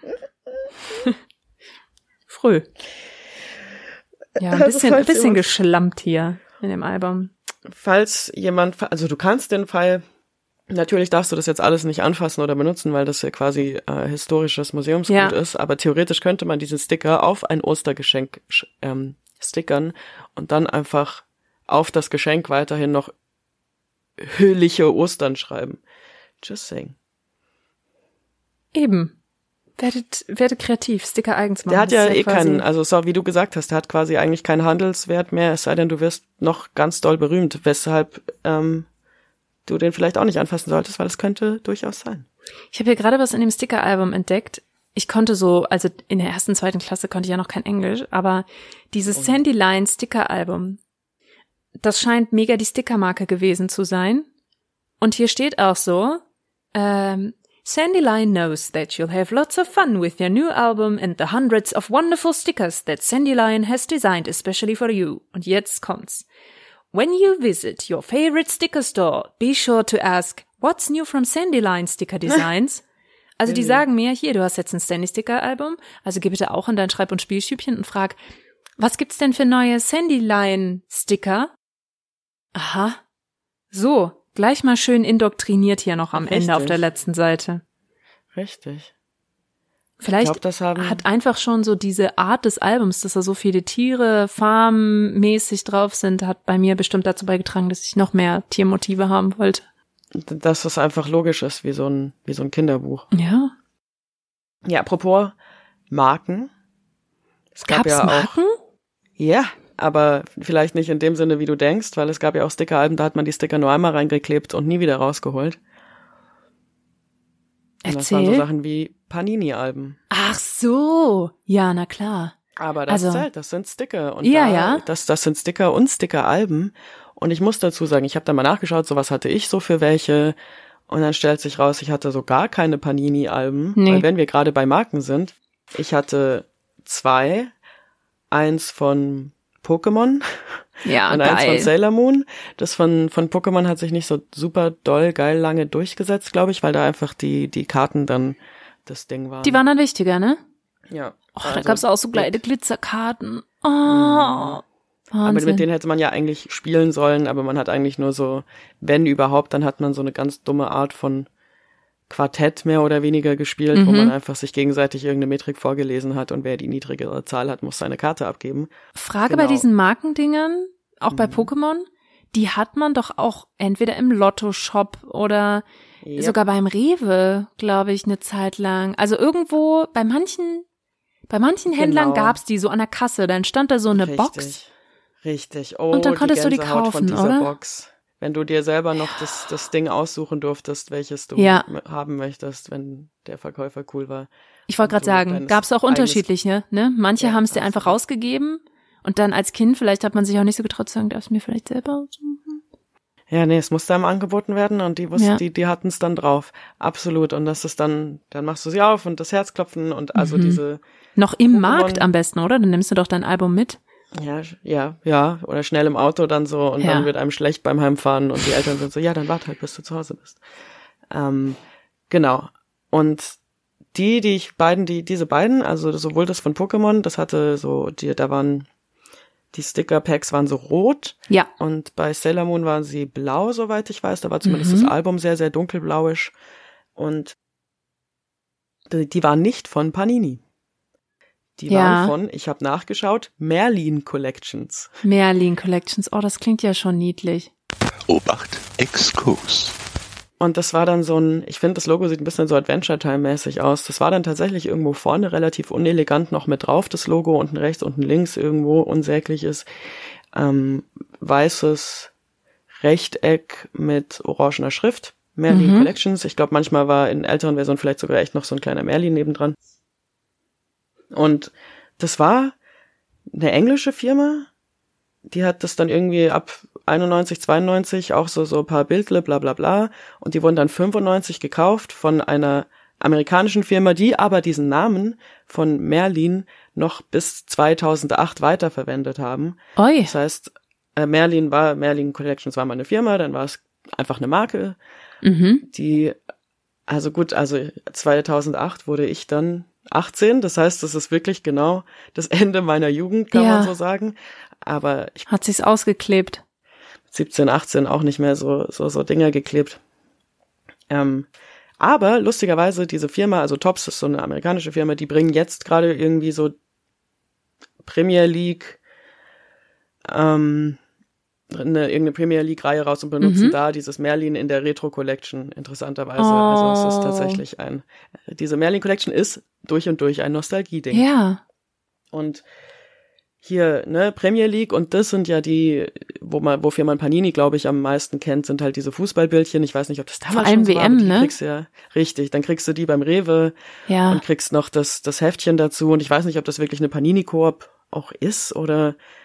Frö. Ja, ein bisschen, also, ein bisschen geschlampt hier in dem Album. Falls jemand, also du kannst den Fall, natürlich darfst du das jetzt alles nicht anfassen oder benutzen, weil das ja quasi äh, historisches Museumsgut ja. ist, aber theoretisch könnte man diesen Sticker auf ein Ostergeschenk ähm, stickern und dann einfach auf das Geschenk weiterhin noch höhliche Ostern schreiben. Just saying. Eben. Werdet, werdet kreativ, Sticker eigens machen. Der hat ja, ja eh keinen, also so wie du gesagt hast, der hat quasi eigentlich keinen Handelswert mehr, es sei denn, du wirst noch ganz doll berühmt, weshalb ähm, du den vielleicht auch nicht anfassen solltest, weil es könnte durchaus sein. Ich habe hier gerade was in dem Sticker-Album entdeckt. Ich konnte so, also in der ersten, zweiten Klasse konnte ich ja noch kein Englisch, aber dieses oh. Sandy Line Sticker-Album, das scheint mega die Stickermarke gewesen zu sein. Und hier steht auch so, ähm, Sandy Lion knows that you'll have lots of fun with your new album and the hundreds of wonderful stickers that Sandy Lion has designed especially for you. Und jetzt kommt's. When you visit your favorite sticker store, be sure to ask, what's new from Sandy Lion Sticker Designs? Also die sagen mir, hier, du hast jetzt ein Sandy-Sticker-Album, also geh bitte auch in dein Schreib- und Spielstübchen und frag, was gibt's denn für neue Sandy Lion-Sticker? Aha. So, gleich mal schön indoktriniert hier noch am Richtig. Ende auf der letzten Seite. Richtig. Vielleicht Ich glaub, das haben hat einfach schon so diese Art des Albums, dass da so viele Tiere farmmäßig drauf sind, hat bei mir bestimmt dazu beigetragen, dass ich noch mehr Tiermotive haben wollte. dass das einfach logisch ist, wie so ein, wie so ein Kinderbuch. Ja. Ja, apropos Marken. Es gab Gab's ja auch, Marken? ja, aber vielleicht nicht in dem Sinne, wie du denkst, weil es gab ja auch Stickeralben, da hat man die Sticker nur einmal reingeklebt und nie wieder rausgeholt. Und das waren so Erzähl. Sachen wie Panini-Alben. Ach so. Ja, na klar. Aber das Also- zählt, das sind Sticker. Und Ja, da, ja. Das, das sind Sticker und Sticker-Alben. Und ich muss dazu sagen, ich habe da mal nachgeschaut, so was hatte ich so für welche. Und dann stellt sich raus, ich hatte so gar keine Panini-Alben. Nee. Weil wenn wir gerade bei Marken sind, ich hatte zwei. Eins von Pokémon Ja, und eins von geil. Sailor Moon. Das von von Pokémon hat sich nicht so super doll geil lange durchgesetzt, glaube ich, weil da einfach die die Karten dann das Ding waren. Die waren dann wichtiger, ne? ja. Oh, da Also, gab's auch so kleine Glitzerkarten. Oh, Wahnsinn. aber mit denen hätte man ja eigentlich spielen sollen, aber man hat eigentlich nur so, wenn überhaupt, dann hat man so eine ganz dumme Art von Quartett mehr oder weniger gespielt, Mhm. wo man einfach sich gegenseitig irgendeine Metrik vorgelesen hat und wer die niedrigere Zahl hat, muss seine Karte abgeben. Frage Genau. bei diesen Markendingern, auch bei Mhm. Pokémon, die hat man doch auch entweder im Lotto-Shop oder Yep. sogar beim Rewe, glaube ich, eine Zeit lang. Also irgendwo, bei manchen, bei manchen Händlern Genau. gab's die so an der Kasse, dann stand da so eine Richtig. Box. Richtig. Oh, Und dann konntest die du die Gänsehaut kaufen, von dieser oder? Box. Wenn du dir selber noch das, das Ding aussuchen durftest, welches du Ja. m- haben möchtest, wenn der Verkäufer cool war. Ich wollte gerade du sagen, deines gab's auch eigenes- unterschiedliche, ne? Manche Ja, haben es dir absolut. einfach rausgegeben und dann als Kind, vielleicht hat man sich auch nicht so getraut zu sagen, darfst du mir vielleicht selber aussuchen? Ja, nee, es musste einem angeboten werden und die wussten, Ja. die, die hatten es dann drauf. Absolut. Und das ist dann, dann machst du sie auf und das Herzklopfen und also Mhm. diese, Noch im Pokémon- Markt am besten, oder? Dann nimmst du doch dein Album mit. ja, sch- ja, ja, oder schnell im Auto dann so und Ja. dann wird einem schlecht beim Heimfahren und die Eltern sind so, ja, dann warte halt, bis du zu Hause bist. Ähm, genau. Und die, die ich beiden, die, diese beiden, also sowohl das von Pokémon, das hatte so, die, da waren, die Sticker-Packs waren so rot Ja. und bei Sailor Moon waren sie blau, soweit ich weiß. Da war zumindest Mhm. das Album sehr, sehr dunkelblauisch und die, die waren nicht von Panini. Die Ja. waren von, ich habe nachgeschaut, Merlin Collections. Merlin Collections. Oh, das klingt ja schon niedlich. Obacht, Exkurs. Und das war dann so ein, ich finde, das Logo sieht ein bisschen so Adventure Time-mäßig aus. Das war dann tatsächlich irgendwo vorne relativ unelegant noch mit drauf, das Logo, unten rechts, unten links irgendwo unsägliches, ähm, weißes Rechteck mit orangener Schrift. Merlin Mhm. Collections. Ich glaube, manchmal war in älteren Versionen vielleicht sogar echt noch so ein kleiner Merlin nebendran. Und das war eine englische Firma, die hat das dann irgendwie ab einundneunzig, zweiundneunzig auch so so ein paar Bildle, bla bla bla. Und die wurden dann fünfundneunzig gekauft von einer amerikanischen Firma, die aber diesen Namen von Merlin noch bis zweitausendacht weiterverwendet haben. Oi. Das heißt, äh, Merlin war, Merlin Collections war mal eine Firma, dann war es einfach eine Marke, Mhm. die, also gut, also zweitausendacht wurde ich dann achtzehn, das heißt, das ist wirklich genau das Ende meiner Jugend, kann Ja. man so sagen. Aber ich Hat sich's ausgeklebt. siebzehn, achtzehn auch nicht mehr so so so Dinger geklebt. Ähm, aber lustigerweise diese Firma, also Topps ist so eine amerikanische Firma, die bringen jetzt gerade irgendwie so Premier League, ähm, eine irgendeine Premier League Reihe raus und benutzen Mhm. da dieses Merlin in der Retro Collection interessanterweise. Oh. Also es ist tatsächlich ein, diese Merlin Collection ist durch und durch ein Nostalgie-Ding. Ja. Und hier, ne, Premier League und das sind ja die, wo man, wofür man Panini, glaube ich, am meisten kennt, sind halt diese Fußballbildchen. Ich weiß nicht, ob das damals Vor allem schon so W war, M, aber die ne? kriegst du ja, richtig, dann kriegst du die beim Rewe Ja. und kriegst noch das, das Heftchen dazu und ich weiß nicht, ob das wirklich eine Panini-Koop auch ist oder,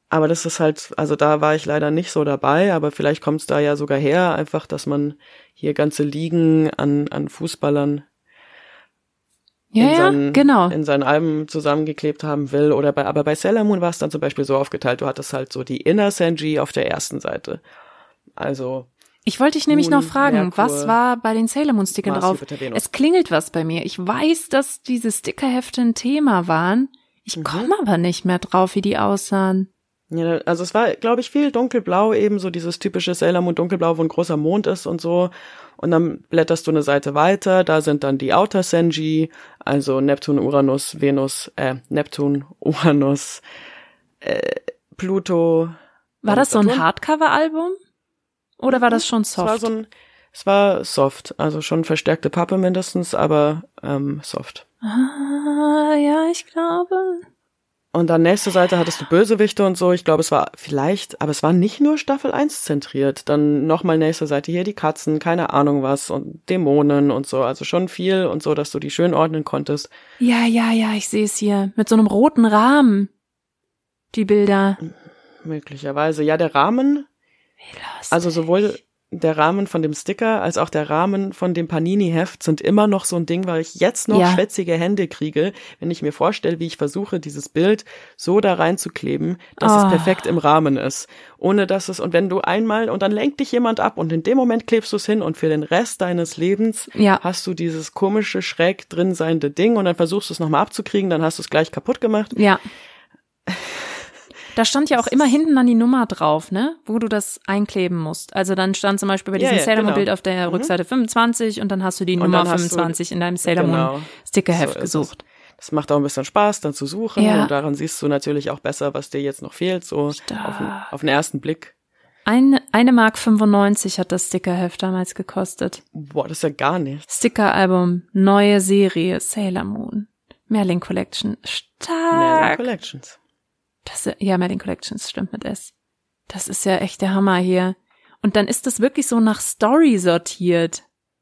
Aber das ist halt, also da war ich leider nicht so dabei, aber vielleicht kommt es da ja sogar her, einfach, dass man hier ganze Ligen an, an Fußballern Ja, in, ja, seinen, genau. in seinen Alben zusammengeklebt haben will. Oder bei, aber bei Sailor Moon war es dann zum Beispiel so aufgeteilt, du hattest halt so die Inner Senji auf der ersten Seite. Also Ich wollte dich nämlich Moon, noch fragen, Merkur, was war bei den Sailor Moon Stickern Mars, drauf? Jupiter, Venus. Es klingelt was bei mir. Ich weiß, dass diese Stickerhefte ein Thema waren. Ich Mhm. komme aber nicht mehr drauf, wie die aussahen. Ja, also es war, glaube ich, viel dunkelblau, eben so dieses typische Sailor Moon dunkelblau, wo ein großer Mond ist und so. Und dann blätterst du eine Seite weiter, da sind dann die Outer Senji, also Neptun, Uranus, Venus, äh, Neptun, Uranus, äh, Pluto. War und das so ein Saturn. Hardcover-Album? Oder war das schon Es war soft? so ein, es war soft, also schon verstärkte Pappe mindestens, aber ähm, soft. Ah, ja, ich glaube. Und dann nächste Seite hattest du Bösewichte und so. Ich glaube, es war vielleicht, aber es war nicht nur Staffel eins zentriert. Dann nochmal nächste Seite hier die Katzen, keine Ahnung was und Dämonen und so. Also schon viel und so, dass du die schön ordnen konntest. Ja, ja, ja, ich sehe es hier. Mit so einem roten Rahmen. Die Bilder. Möglicherweise. Ja, der Rahmen, Wie lustig. also sowohl der Rahmen von dem Sticker als auch der Rahmen von dem Panini-Heft sind immer noch so ein Ding, weil ich jetzt noch Ja. schwätzige Hände kriege, wenn ich mir vorstelle, wie ich versuche, dieses Bild so da reinzukleben, dass Oh. es perfekt im Rahmen ist. Ohne dass es, und wenn du einmal, und dann lenkt dich jemand ab und in dem Moment klebst du es hin und für den Rest deines Lebens Ja. hast du dieses komische, schräg drin seiende Ding und dann versuchst du es nochmal abzukriegen, dann hast du es gleich kaputt gemacht. Ja. Da stand ja auch immer hinten dann die Nummer drauf, ne, wo du das einkleben musst. Also dann stand zum Beispiel bei Ja, diesem ja, Sailor Moon genau. Bild auf der Mhm. Rückseite fünfundzwanzig und dann hast du die Und Nummer dann hast du- fünfundzwanzig in deinem Sailor Moon Genau. Stickerheft So ist es. gesucht. Das macht auch ein bisschen Spaß, dann zu suchen Ja. und daran siehst du natürlich auch besser, was dir jetzt noch fehlt, so Stark. auf den, auf den ersten Blick. Eine, eine Mark fünfundneunzig hat das Stickerheft damals gekostet. Boah, das ist ja gar nichts. Stickeralbum, neue Serie, Sailor Moon. Merlin Collection. Merlin Stark. Collections. Das, ja, Merlin Collections stimmt mit S. Das ist ja echt der Hammer hier. Und dann ist das wirklich so nach Story sortiert.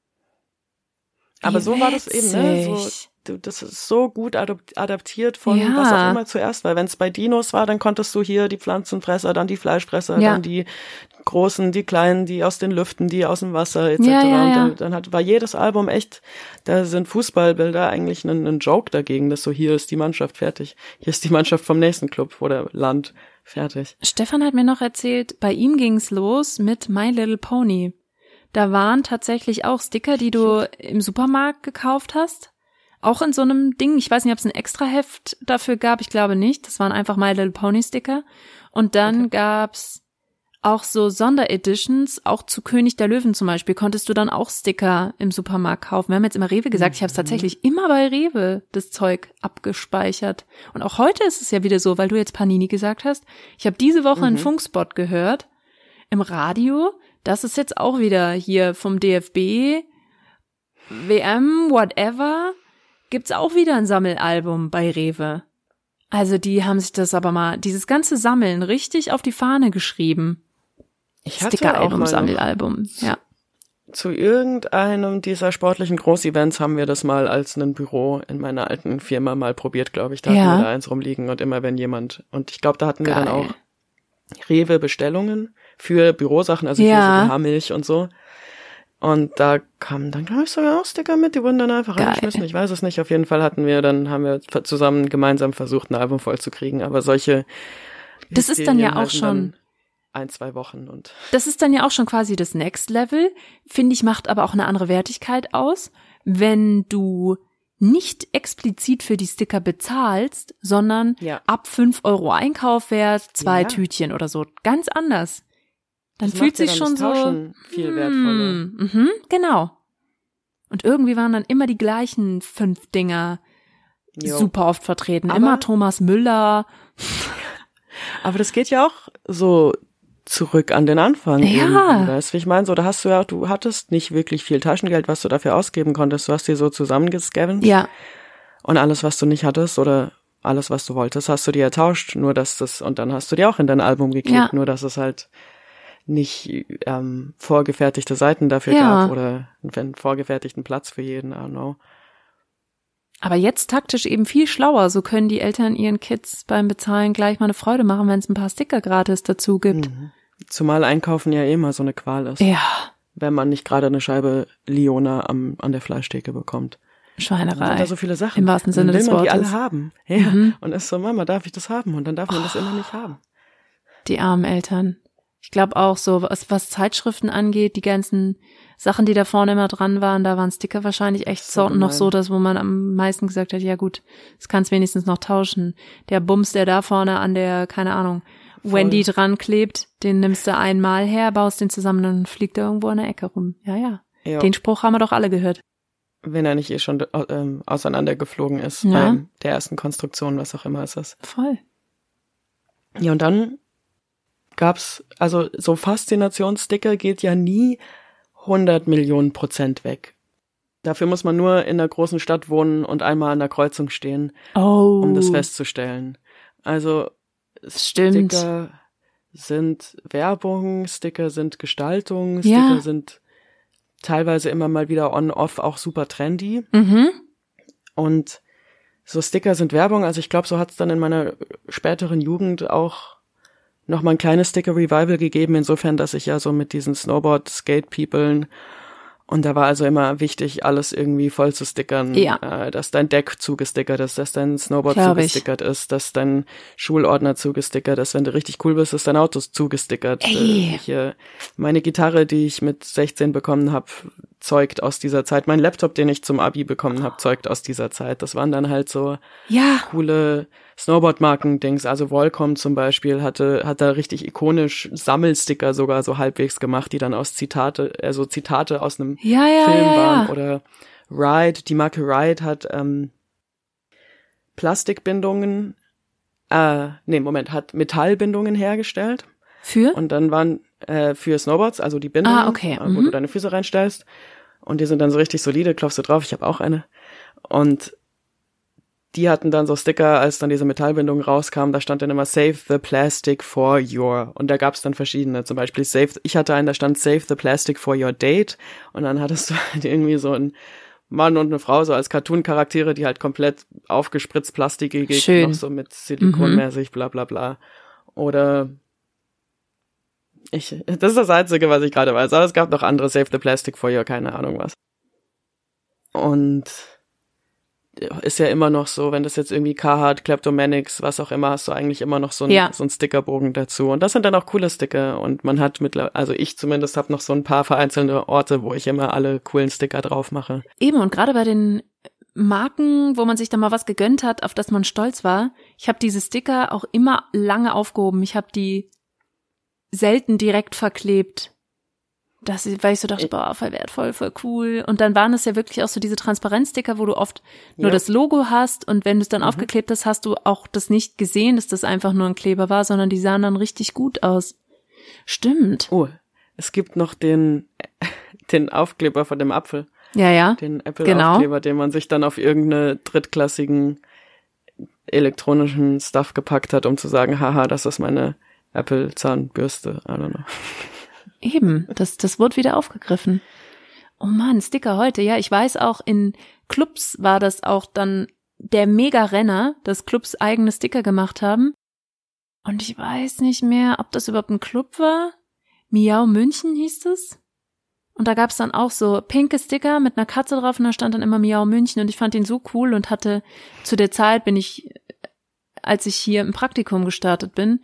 Aber Wie so war das eben, ne? So, witzig. du, das ist so gut adop- adaptiert von Ja. was auch immer zuerst, weil wenn es bei Dinos war, dann konntest du hier die Pflanzenfresser, dann die Fleischfresser, Ja. dann die großen, die kleinen, die aus den Lüften, die aus dem Wasser et Ja, cetera. ja, Und ja. dann, dann hat, war jedes Album echt, da sind Fußballbilder eigentlich ein, ein Joke dagegen, dass so hier ist die Mannschaft fertig, hier ist die Mannschaft vom nächsten Club oder Land fertig. Stefan hat mir noch erzählt, bei ihm ging's los mit My Little Pony. Da waren tatsächlich auch Sticker, die du im Supermarkt gekauft hast. Auch in so einem Ding. Ich weiß nicht, ob es ein Extraheft dafür gab. Ich glaube nicht. Das waren einfach My Little Pony Sticker. Und dann gab's auch so Sondereditions, auch zu König der Löwen zum Beispiel, konntest du dann auch Sticker im Supermarkt kaufen. Wir haben jetzt immer Rewe gesagt, ich habe es tatsächlich immer bei Rewe, das Zeug, abgespeichert. Und auch heute ist es ja wieder so, weil du jetzt Panini gesagt hast. Ich habe diese Woche einen Funkspot gehört im Radio. Das ist jetzt auch wieder hier vom D F B, W M, whatever, gibt's auch wieder ein Sammelalbum bei Rewe. Also die haben sich das aber mal, dieses ganze Sammeln richtig auf die Fahne geschrieben. Ich hatte auch Stickeralbum, mal Sammelalbum, ja. zu irgendeinem dieser sportlichen Großevents haben wir das mal als ein Büro in meiner alten Firma mal probiert, glaube ich. Da Ja. hatten wir da eins rumliegen und immer wenn jemand, und ich glaube, da hatten wir dann Geil. auch Rewe-Bestellungen für Bürosachen, also Ja. für so Haarmilch und so. Und da kamen dann, glaube ich, sogar auch Sticker mit, die wurden dann einfach Geil. reingeschmissen. Ich weiß es nicht. Auf jeden Fall hatten wir, dann haben wir zusammen gemeinsam versucht, ein Album voll zu kriegen. Aber solche Das ist dann ja Hysterien auch halten schon- dann ein, zwei Wochen und Das ist dann ja auch schon quasi das Next Level, finde ich, macht aber auch eine andere Wertigkeit aus, wenn du nicht explizit für die Sticker bezahlst, sondern Ja. ab fünf Euro Einkaufwert, zwei Ja. Tütchen oder so. Ganz anders. Dann das fühlt macht ja sich dann schon das so, Tauschen viel wertvoller. hm, mhm, genau. Und irgendwie waren dann immer die gleichen fünf Dinger Jo. super oft vertreten. Aber- immer Thomas Müller. Aber das geht ja auch so zurück an den Anfang. Ja. irgendwie, Weißt du, wie ich meine? So, da hast du ja, du hattest nicht wirklich viel Taschengeld, was du dafür ausgeben konntest. Du hast dir so zusammengescavenged. Ja, Und alles, was du nicht hattest oder alles, was du wolltest, hast du dir ertauscht. Nur, dass das, und dann hast du dir auch in dein Album geklebt. Ja. Nur, dass es halt nicht ähm, vorgefertigte Seiten dafür Ja. gab oder einen vorgefertigten Platz für jeden, I don't know. Aber jetzt taktisch eben viel schlauer. So können die Eltern ihren Kids beim Bezahlen gleich mal eine Freude machen, wenn es ein paar Sticker gratis dazu gibt. Mhm. Zumal Einkaufen ja eh immer so eine Qual ist. Ja. Wenn man nicht gerade eine Scheibe Liona am, an der Fleischtheke bekommt. Schweinerei. Dann sind da so viele Sachen. Im wahrsten Sinne dann will des man Wortes. die alle haben. Ja. Mhm. Und ist so, Mama, darf ich das haben? Und dann darf man oh. das immer nicht haben. Die armen Eltern. Ich glaube auch so, was, was Zeitschriften angeht, die ganzen Sachen, die da vorne immer dran waren, da waren Sticker wahrscheinlich echt so noch so, dass wo man am meisten gesagt hat, ja gut, das kannst wenigstens noch tauschen. Der Bums, der da vorne an der, keine Ahnung, Voll. Wendy dran klebt, den nimmst du einmal her, baust den zusammen und fliegt er irgendwo in der Ecke rum. Ja, ja. Jo. Den Spruch haben wir doch alle gehört. Wenn er nicht eh schon ähm, auseinandergeflogen ist ja. bei der ersten Konstruktion, was auch immer es ist. Voll. Ja, und dann gab's, also so Faszinationssticker geht ja nie hundert Millionen Prozent weg. Dafür muss man nur in einer großen Stadt wohnen und einmal an der Kreuzung stehen, oh. um das festzustellen. Also Stimmt. Sticker sind Werbung, Sticker sind Gestaltung, Sticker ja. sind teilweise immer mal wieder on-off auch super trendy. Mhm. Und so Sticker sind Werbung, also ich glaube, so hat's dann in meiner späteren Jugend auch noch mal ein kleines Sticker-Revival gegeben, insofern, dass ich ja so mit diesen Snowboard-Skate-Peoplen und da war also immer wichtig, alles irgendwie voll zu stickern, ja. äh, dass dein Deck zugestickert ist, dass dein Snowboard Glaub zugestickert ich. ist, dass dein Schulordner zugestickert ist, wenn du richtig cool bist, ist dein Auto zugestickert. Ey. Äh, ich, äh, meine Gitarre, die ich mit sechzehn bekommen habe, zeugt aus dieser Zeit. Mein Laptop, den ich zum Abi bekommen habe, zeugt aus dieser Zeit. Das waren dann halt so ja. coole Snowboard-Marken-Dings. Also Volcom zum Beispiel hatte, hat da richtig ikonisch Sammelsticker sogar so halbwegs gemacht, die dann aus Zitate, also Zitate aus einem ja, ja, Film ja, waren. ja. Oder Ride, die Marke Ride hat ähm, Plastikbindungen, äh, nee, Moment, hat Metallbindungen hergestellt. Für? Und dann waren äh, für Snowboards, also die Bindungen, ah, okay. äh, wo mhm. du deine Füße reinstellst. Und die sind dann so richtig solide, klopfst du drauf, ich habe auch eine. Und die hatten dann so Sticker, als dann diese Metallbindung rauskam, da stand dann immer Save the Plastic for your. Und da gab es dann verschiedene, zum Beispiel Save, ich hatte einen, da stand Save the Plastic for your date. Und dann hattest du halt irgendwie so einen Mann und eine Frau, so als Cartoon-Charaktere, die halt komplett aufgespritzt plastikig, Schön. noch so mit Silikonmäßig, bla bla bla. Oder ich, das ist das Einzige, was ich gerade weiß. Aber es gab noch andere, Save the Plastic for your, keine Ahnung was. Und ist ja immer noch so, wenn das jetzt irgendwie Carhartt, Kleptomanics, was auch immer, hast du eigentlich immer noch so ein, ja. so ein Stickerbogen dazu. Und das sind dann auch coole Sticker. Und man hat mittlerweile, also ich zumindest habe noch so ein paar vereinzelte Orte, wo ich immer alle coolen Sticker drauf mache. Eben, und gerade bei den Marken, wo man sich da mal was gegönnt hat, auf das man stolz war, ich habe diese Sticker auch immer lange aufgehoben. Ich habe die selten direkt verklebt. Das, weil ich so dachte, boah, voll wertvoll, voll cool. Und dann waren es ja wirklich auch so diese Transparenzsticker, wo du oft nur ja. das Logo hast und wenn du es dann mhm. aufgeklebt hast, hast du auch das nicht gesehen, dass das einfach nur ein Kleber war, sondern die sahen dann richtig gut aus. Stimmt. Oh, es gibt noch den, den Aufkleber von dem Apfel. Ja, ja. Den Apple-Aufkleber, genau. den man sich dann auf irgendeine drittklassigen elektronischen Stuff gepackt hat, um zu sagen, haha, das ist meine Apple-Zahnbürste. I don't know. Eben, das, das wurde wieder aufgegriffen. Oh Mann, Sticker heute. Ja, ich weiß auch, in Clubs war das auch dann der Mega-Renner, dass Clubs eigene Sticker gemacht haben. Und ich weiß nicht mehr, ob das überhaupt ein Club war. Miau München hieß es. Und da gab es dann auch so pinke Sticker mit einer Katze drauf und da stand dann immer Miau München. Und ich fand den so cool und hatte, zu der Zeit bin ich, als ich hier im Praktikum gestartet bin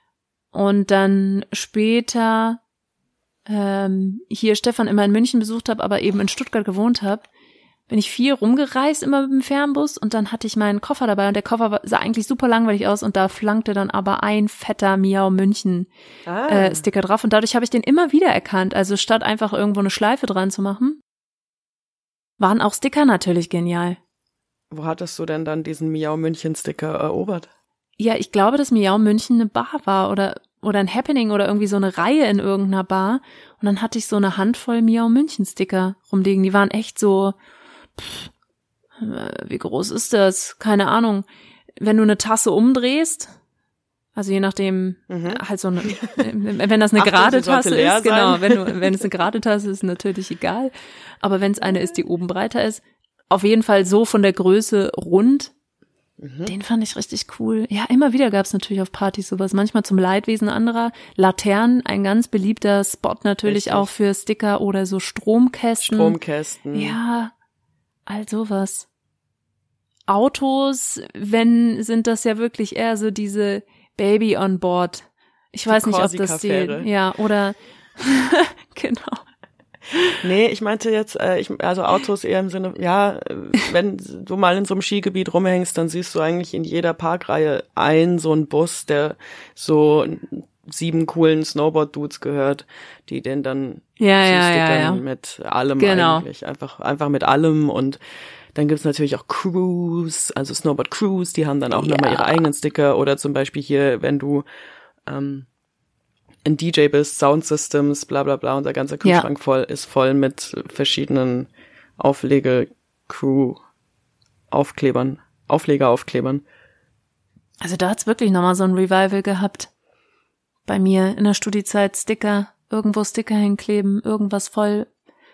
und dann später ähm, hier Stefan immer in München besucht habe, aber eben in Stuttgart gewohnt habe, bin ich viel rumgereist immer mit dem Fernbus und dann hatte ich meinen Koffer dabei und der Koffer war, sah eigentlich super langweilig aus und da flankte dann aber ein fetter Miau München ah. äh, Sticker drauf und dadurch habe ich den immer wieder erkannt. Also statt einfach irgendwo eine Schleife dran zu machen, waren auch Sticker natürlich genial. Wo hattest du denn dann diesen Miau München Sticker erobert? Ja, ich glaube, dass Miau München eine Bar war oder oder ein Happening oder irgendwie so eine Reihe in irgendeiner Bar und dann hatte ich so eine Handvoll Miau München Sticker rumliegen. Die waren echt so, pff, wie groß ist das? Keine Ahnung. Wenn du eine Tasse umdrehst, also je nachdem, mhm. halt so eine, wenn das eine gerade Tasse ist, genau, wenn du, wenn es eine gerade Tasse ist, natürlich egal. Aber wenn es eine ist, die oben breiter ist, auf jeden Fall so von der Größe rund. Mhm. Den fand ich richtig cool. Ja, immer wieder gab es natürlich auf Partys sowas. Manchmal zum Leidwesen anderer. Laternen, ein ganz beliebter Spot natürlich richtig. Auch für Sticker oder so Stromkästen. Stromkästen. Ja, all sowas. Autos, wenn, sind das ja wirklich eher so diese Baby on board. Ich die weiß nicht, ob das die, ja, oder, genau. Nee, ich meinte jetzt, äh, ich, also Autos eher im Sinne, ja, wenn du mal in so einem Skigebiet rumhängst, dann siehst du eigentlich in jeder Parkreihe ein so einen Bus, der so sieben coolen Snowboard-Dudes gehört, die den dann ja, ja, ja, ja. mit allem genau. eigentlich, einfach, einfach mit allem und dann gibt's natürlich auch Crews, also Snowboard Crews, die haben dann auch ja. nochmal ihre eigenen Sticker oder zum Beispiel hier, wenn du ähm, ein D J bist, Soundsystems, bla bla bla und der ganze Kühlschrank ja. voll ist voll mit verschiedenen Auflege-Crew-Aufklebern, Aufleger-Aufklebern. Also da hat's wirklich nochmal so ein Revival gehabt. Bei mir in der Studiezeit Sticker, irgendwo Sticker hinkleben, irgendwas voll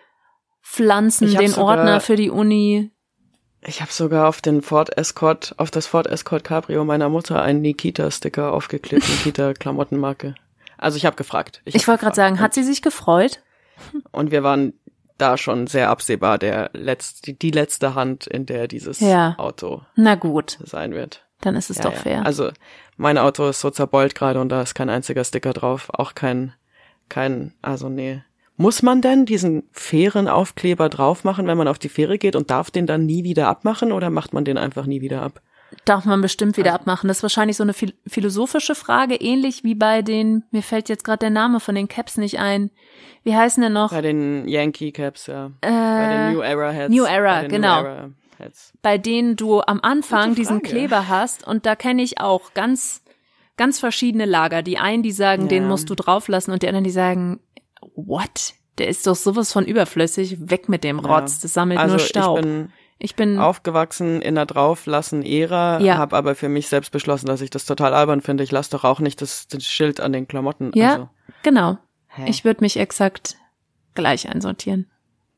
pflanzen, den sogar, Ordner für die Uni. Ich habe sogar auf den Ford Escort, auf das Ford Escort Cabrio meiner Mutter einen Nikita-Sticker aufgeklebt, Nikita-Klamottenmarke. Also ich habe gefragt. Ich, ich wollte gerade sagen, hat sie sich gefreut? Und wir waren da schon sehr absehbar, der letzte, die letzte Hand, in der dieses ja. Auto Na gut. sein wird. Dann ist es ja, doch ja. fair. Also mein Auto ist so zerbeult gerade und da ist kein einziger Sticker drauf. Auch kein, kein, also nee. Muss man denn diesen Fährenaufkleber drauf machen, wenn man auf die Fähre geht und darf den dann nie wieder abmachen oder macht man den einfach nie wieder ab? Darf man bestimmt wieder also. abmachen. Das ist wahrscheinlich so eine phil- philosophische Frage, ähnlich wie bei den, mir fällt jetzt gerade der Name von den Caps nicht ein. Wie heißen denn noch? Bei den Yankee Caps, ja. Äh, bei den New Era Heads. New Era, genau. New Era Heads. Bei denen du am Anfang diesen Kleber hast und da kenne ich auch ganz, ganz verschiedene Lager. Die einen, die sagen, ja. den musst du drauf lassen und die anderen, die sagen, what? Der ist doch sowas von überflüssig, weg mit dem Rotz, ja. das sammelt also nur Staub. Ich bin, ich bin aufgewachsen in der Drauflassen-Ära, ja. habe aber für mich selbst beschlossen, dass ich das total albern finde. Ich lasse doch auch nicht das, das Schild an den Klamotten. Ja, also. genau. Hä? Ich würde mich exakt gleich einsortieren.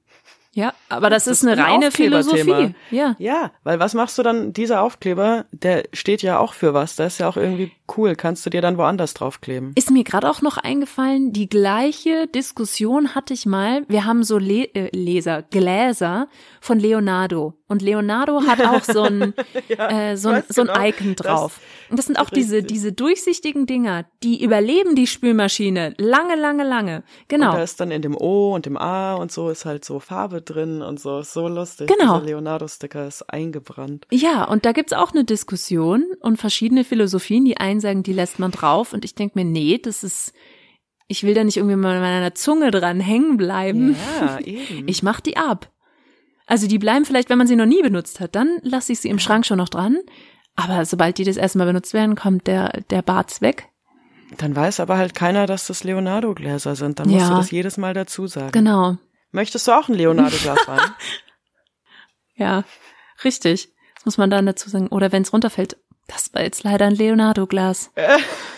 Ja, aber das, das ist eine ein reine Philosophie. Ja. Ja, weil was machst du dann, dieser Aufkleber, der steht ja auch für was, der ist ja auch irgendwie cool, kannst du dir dann woanders draufkleben. Ist mir gerade auch noch eingefallen, die gleiche Diskussion hatte ich mal, wir haben so Le- äh, Leser, Gläser von Leonardo und Leonardo hat auch so ein, ja, äh, so ein, so ein genau, Icon drauf. Das, und das sind auch diese, richtig. diese durchsichtigen Dinger, die überleben die Spülmaschine lange, lange, lange. Genau. Und da ist dann in dem O und dem A und so ist halt so Farbe drin und so, ist so lustig. Genau. Dieser Leonardo-Sticker ist eingebrannt. Ja, und da gibt's auch eine Diskussion und verschiedene Philosophien. Die einen sagen, die lässt man drauf und ich denke mir, nee, das ist, ich will da nicht irgendwie mal mit meiner Zunge dran hängen bleiben. Ja, eben. Ich mach die ab. Also die bleiben vielleicht, wenn man sie noch nie benutzt hat, dann lasse ich sie im Schrank schon noch dran. Aber sobald die das erste Mal benutzt werden, kommt der, der Barts weg. Dann weiß aber halt keiner, dass das Leonardo-Gläser sind. Dann musst ja. du das jedes Mal dazu sagen. Genau. Möchtest du auch ein Leonardo-Glas rein? Ja, richtig. Das muss man dann dazu sagen. Oder wenn es runterfällt, das war jetzt leider ein Leonardo-Glas. Ja,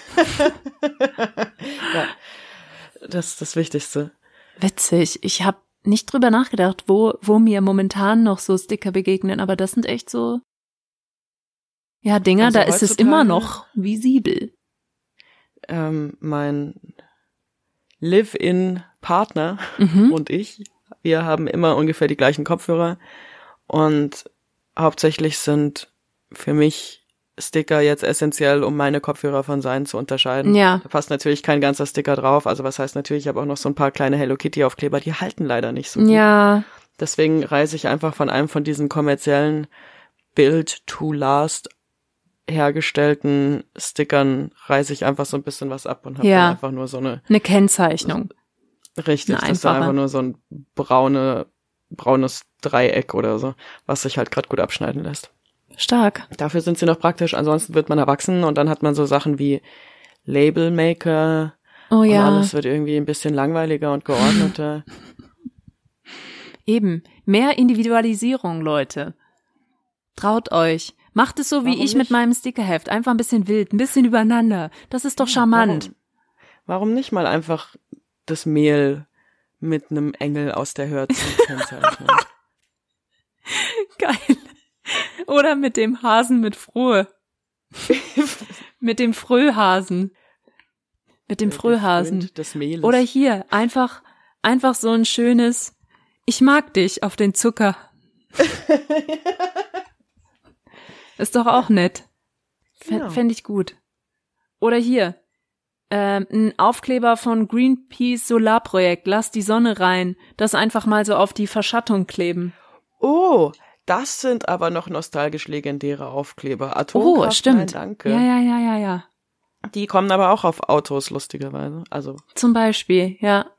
das ist das Wichtigste. Witzig. Ich habe nicht drüber nachgedacht, wo, wo mir momentan noch so Sticker begegnen, aber das sind echt so, ja, Dinger, also da ist es immer noch visibel. Ähm, mein Live-in-Partner mhm. und ich, wir haben immer ungefähr die gleichen Kopfhörer und hauptsächlich sind für mich Sticker jetzt essentiell, um meine Kopfhörer von seinen zu unterscheiden. Ja. Da passt natürlich kein ganzer Sticker drauf, also was heißt natürlich, ich habe auch noch so ein paar kleine Hello Kitty Aufkleber, die halten leider nicht so gut. Ja. Deswegen reise ich einfach von einem von diesen kommerziellen Build to Last hergestellten Stickern, reise ich einfach so ein bisschen was ab und habe ja. dann einfach nur so eine eine Kennzeichnung. Richtig, eine das ist dann einfach nur so ein braune, braunes Dreieck oder so, was sich halt gerade gut abschneiden lässt. Stark. Dafür sind sie noch praktisch, ansonsten wird man erwachsen und dann hat man so Sachen wie Labelmaker. Oh ja. Und alles wird irgendwie ein bisschen langweiliger und geordneter. Eben. Mehr Individualisierung, Leute. Traut euch. Macht es so wie Warum ich mit nicht? meinem Stickerheft. Einfach ein bisschen wild, ein bisschen übereinander. Das ist doch charmant. Warum, warum nicht mal einfach das Mehl mit einem Engel aus der Hörze kennzeichnen? Geil. Oder mit dem Hasen mit Frohe. Mit dem Fröhasen. Mit dem Fröhasen. Des Mehles. Oder hier, einfach, einfach so ein schönes Ich mag dich auf den Zucker. Ist doch auch nett. F- Ja. Fände ich gut. Oder hier, ähm, ein Aufkleber von Greenpeace Solarprojekt, lass die Sonne rein, das einfach mal so auf die Verschattung kleben. Oh, das sind aber noch nostalgisch legendäre Aufkleber. Atomkraft, Oh, stimmt. nein, danke. Ja, ja, ja, ja, ja. Die kommen aber auch auf Autos, lustigerweise. Also, Zum Beispiel, ja.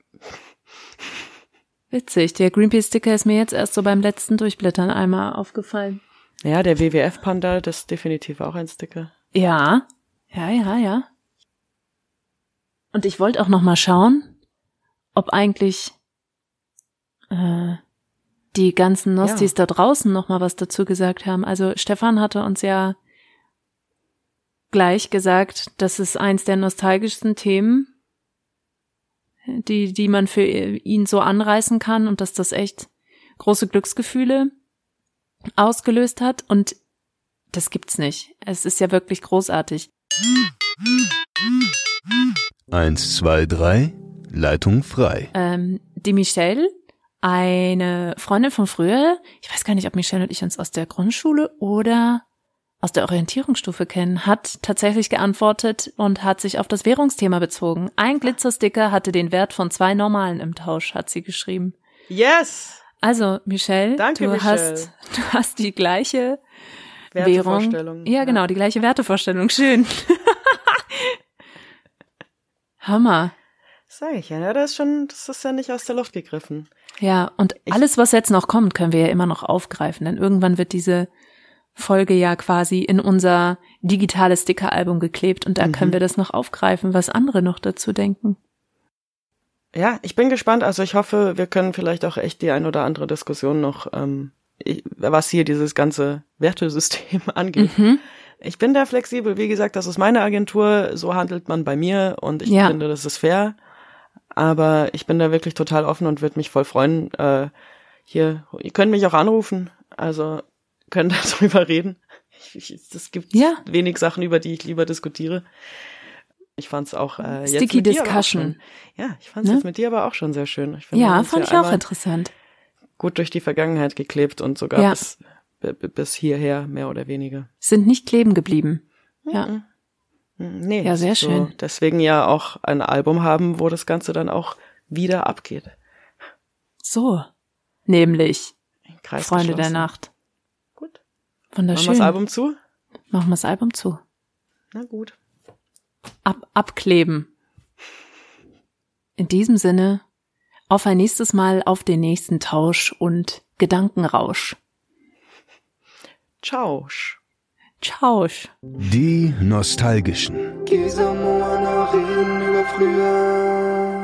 Witzig, der Greenpeace-Sticker ist mir jetzt erst so beim letzten Durchblättern einmal aufgefallen. ja, der W W F-Panda, das ist definitiv auch ein Sticker. Ja, ja, ja, ja. Und ich wollte auch noch mal schauen, ob eigentlich äh, die ganzen Nostis Ja. da draußen noch mal was dazu gesagt haben. Also Stefan hatte uns ja gleich gesagt, das ist eins der nostalgischsten Themen, die die man für ihn so anreißen kann und dass das echt große Glücksgefühle ausgelöst hat. Und das gibt's nicht. Es ist ja wirklich großartig. Eins, zwei, drei, Leitung frei. Ähm, die Michelle, eine Freundin von früher, ich weiß gar nicht, ob Michelle und ich uns aus der Grundschule oder aus der Orientierungsstufe kennen, hat tatsächlich geantwortet und hat sich auf das Währungsthema bezogen. Ein Glitzersticker hatte den Wert von zwei normalen im Tausch, hat sie geschrieben. Yes! Also, Michelle, Danke, du Michelle. hast, du hast die gleiche Währung. Wertevorstellung. Ja, genau, die gleiche Wertevorstellung. Schön. Hammer. Sag ich ja, ja, das ist schon, das ist ja nicht aus der Luft gegriffen. Ja, und Ich- alles, was jetzt noch kommt, können wir ja immer noch aufgreifen, denn irgendwann wird diese Folge ja quasi in unser digitales Stickeralbum geklebt und da Mhm. können wir das noch aufgreifen, was andere noch dazu denken. Ja, ich bin gespannt. Also ich hoffe, wir können vielleicht auch echt die ein oder andere Diskussion noch, ähm, ich, was hier dieses ganze Wertesystem angeht. Mhm. Ich bin da flexibel. Wie gesagt, das ist meine Agentur. So handelt man bei mir und ich Ja. finde, das ist fair. Aber ich bin da wirklich total offen und würde mich voll freuen. Äh, hier, ihr könnt mich auch anrufen. Also können darüber reden. Ich, ich, es gibt Ja. wenig Sachen, über die ich lieber diskutiere. Ich fand's auch äh, jetzt Sticky mit dir aber auch Discussion. schon. Ja, ich fand's Ne? jetzt mit dir aber auch schon sehr schön. Ich finde, wir Ja, haben uns fand ich einmal auch interessant. gut durch die Vergangenheit geklebt und sogar Ja. bis, b- b- bis hierher, mehr oder weniger. Sind nicht kleben geblieben. Ja. Mhm. Nee, Ja, sehr so, schön. Deswegen ja auch ein Album haben, wo das Ganze dann auch wieder abgeht. So. Nämlich Kreis Freunde der geschlossen. Nacht. Gut. Machen wir Wunderschön. das Album zu? Machen wir das Album zu. Na gut. Ab, abkleben. In diesem Sinne, auf ein nächstes Mal, auf den nächsten Tausch und Gedankenrausch. Ciao. Ciao. Die Nostalgischen. Gisa Moana reden über früher.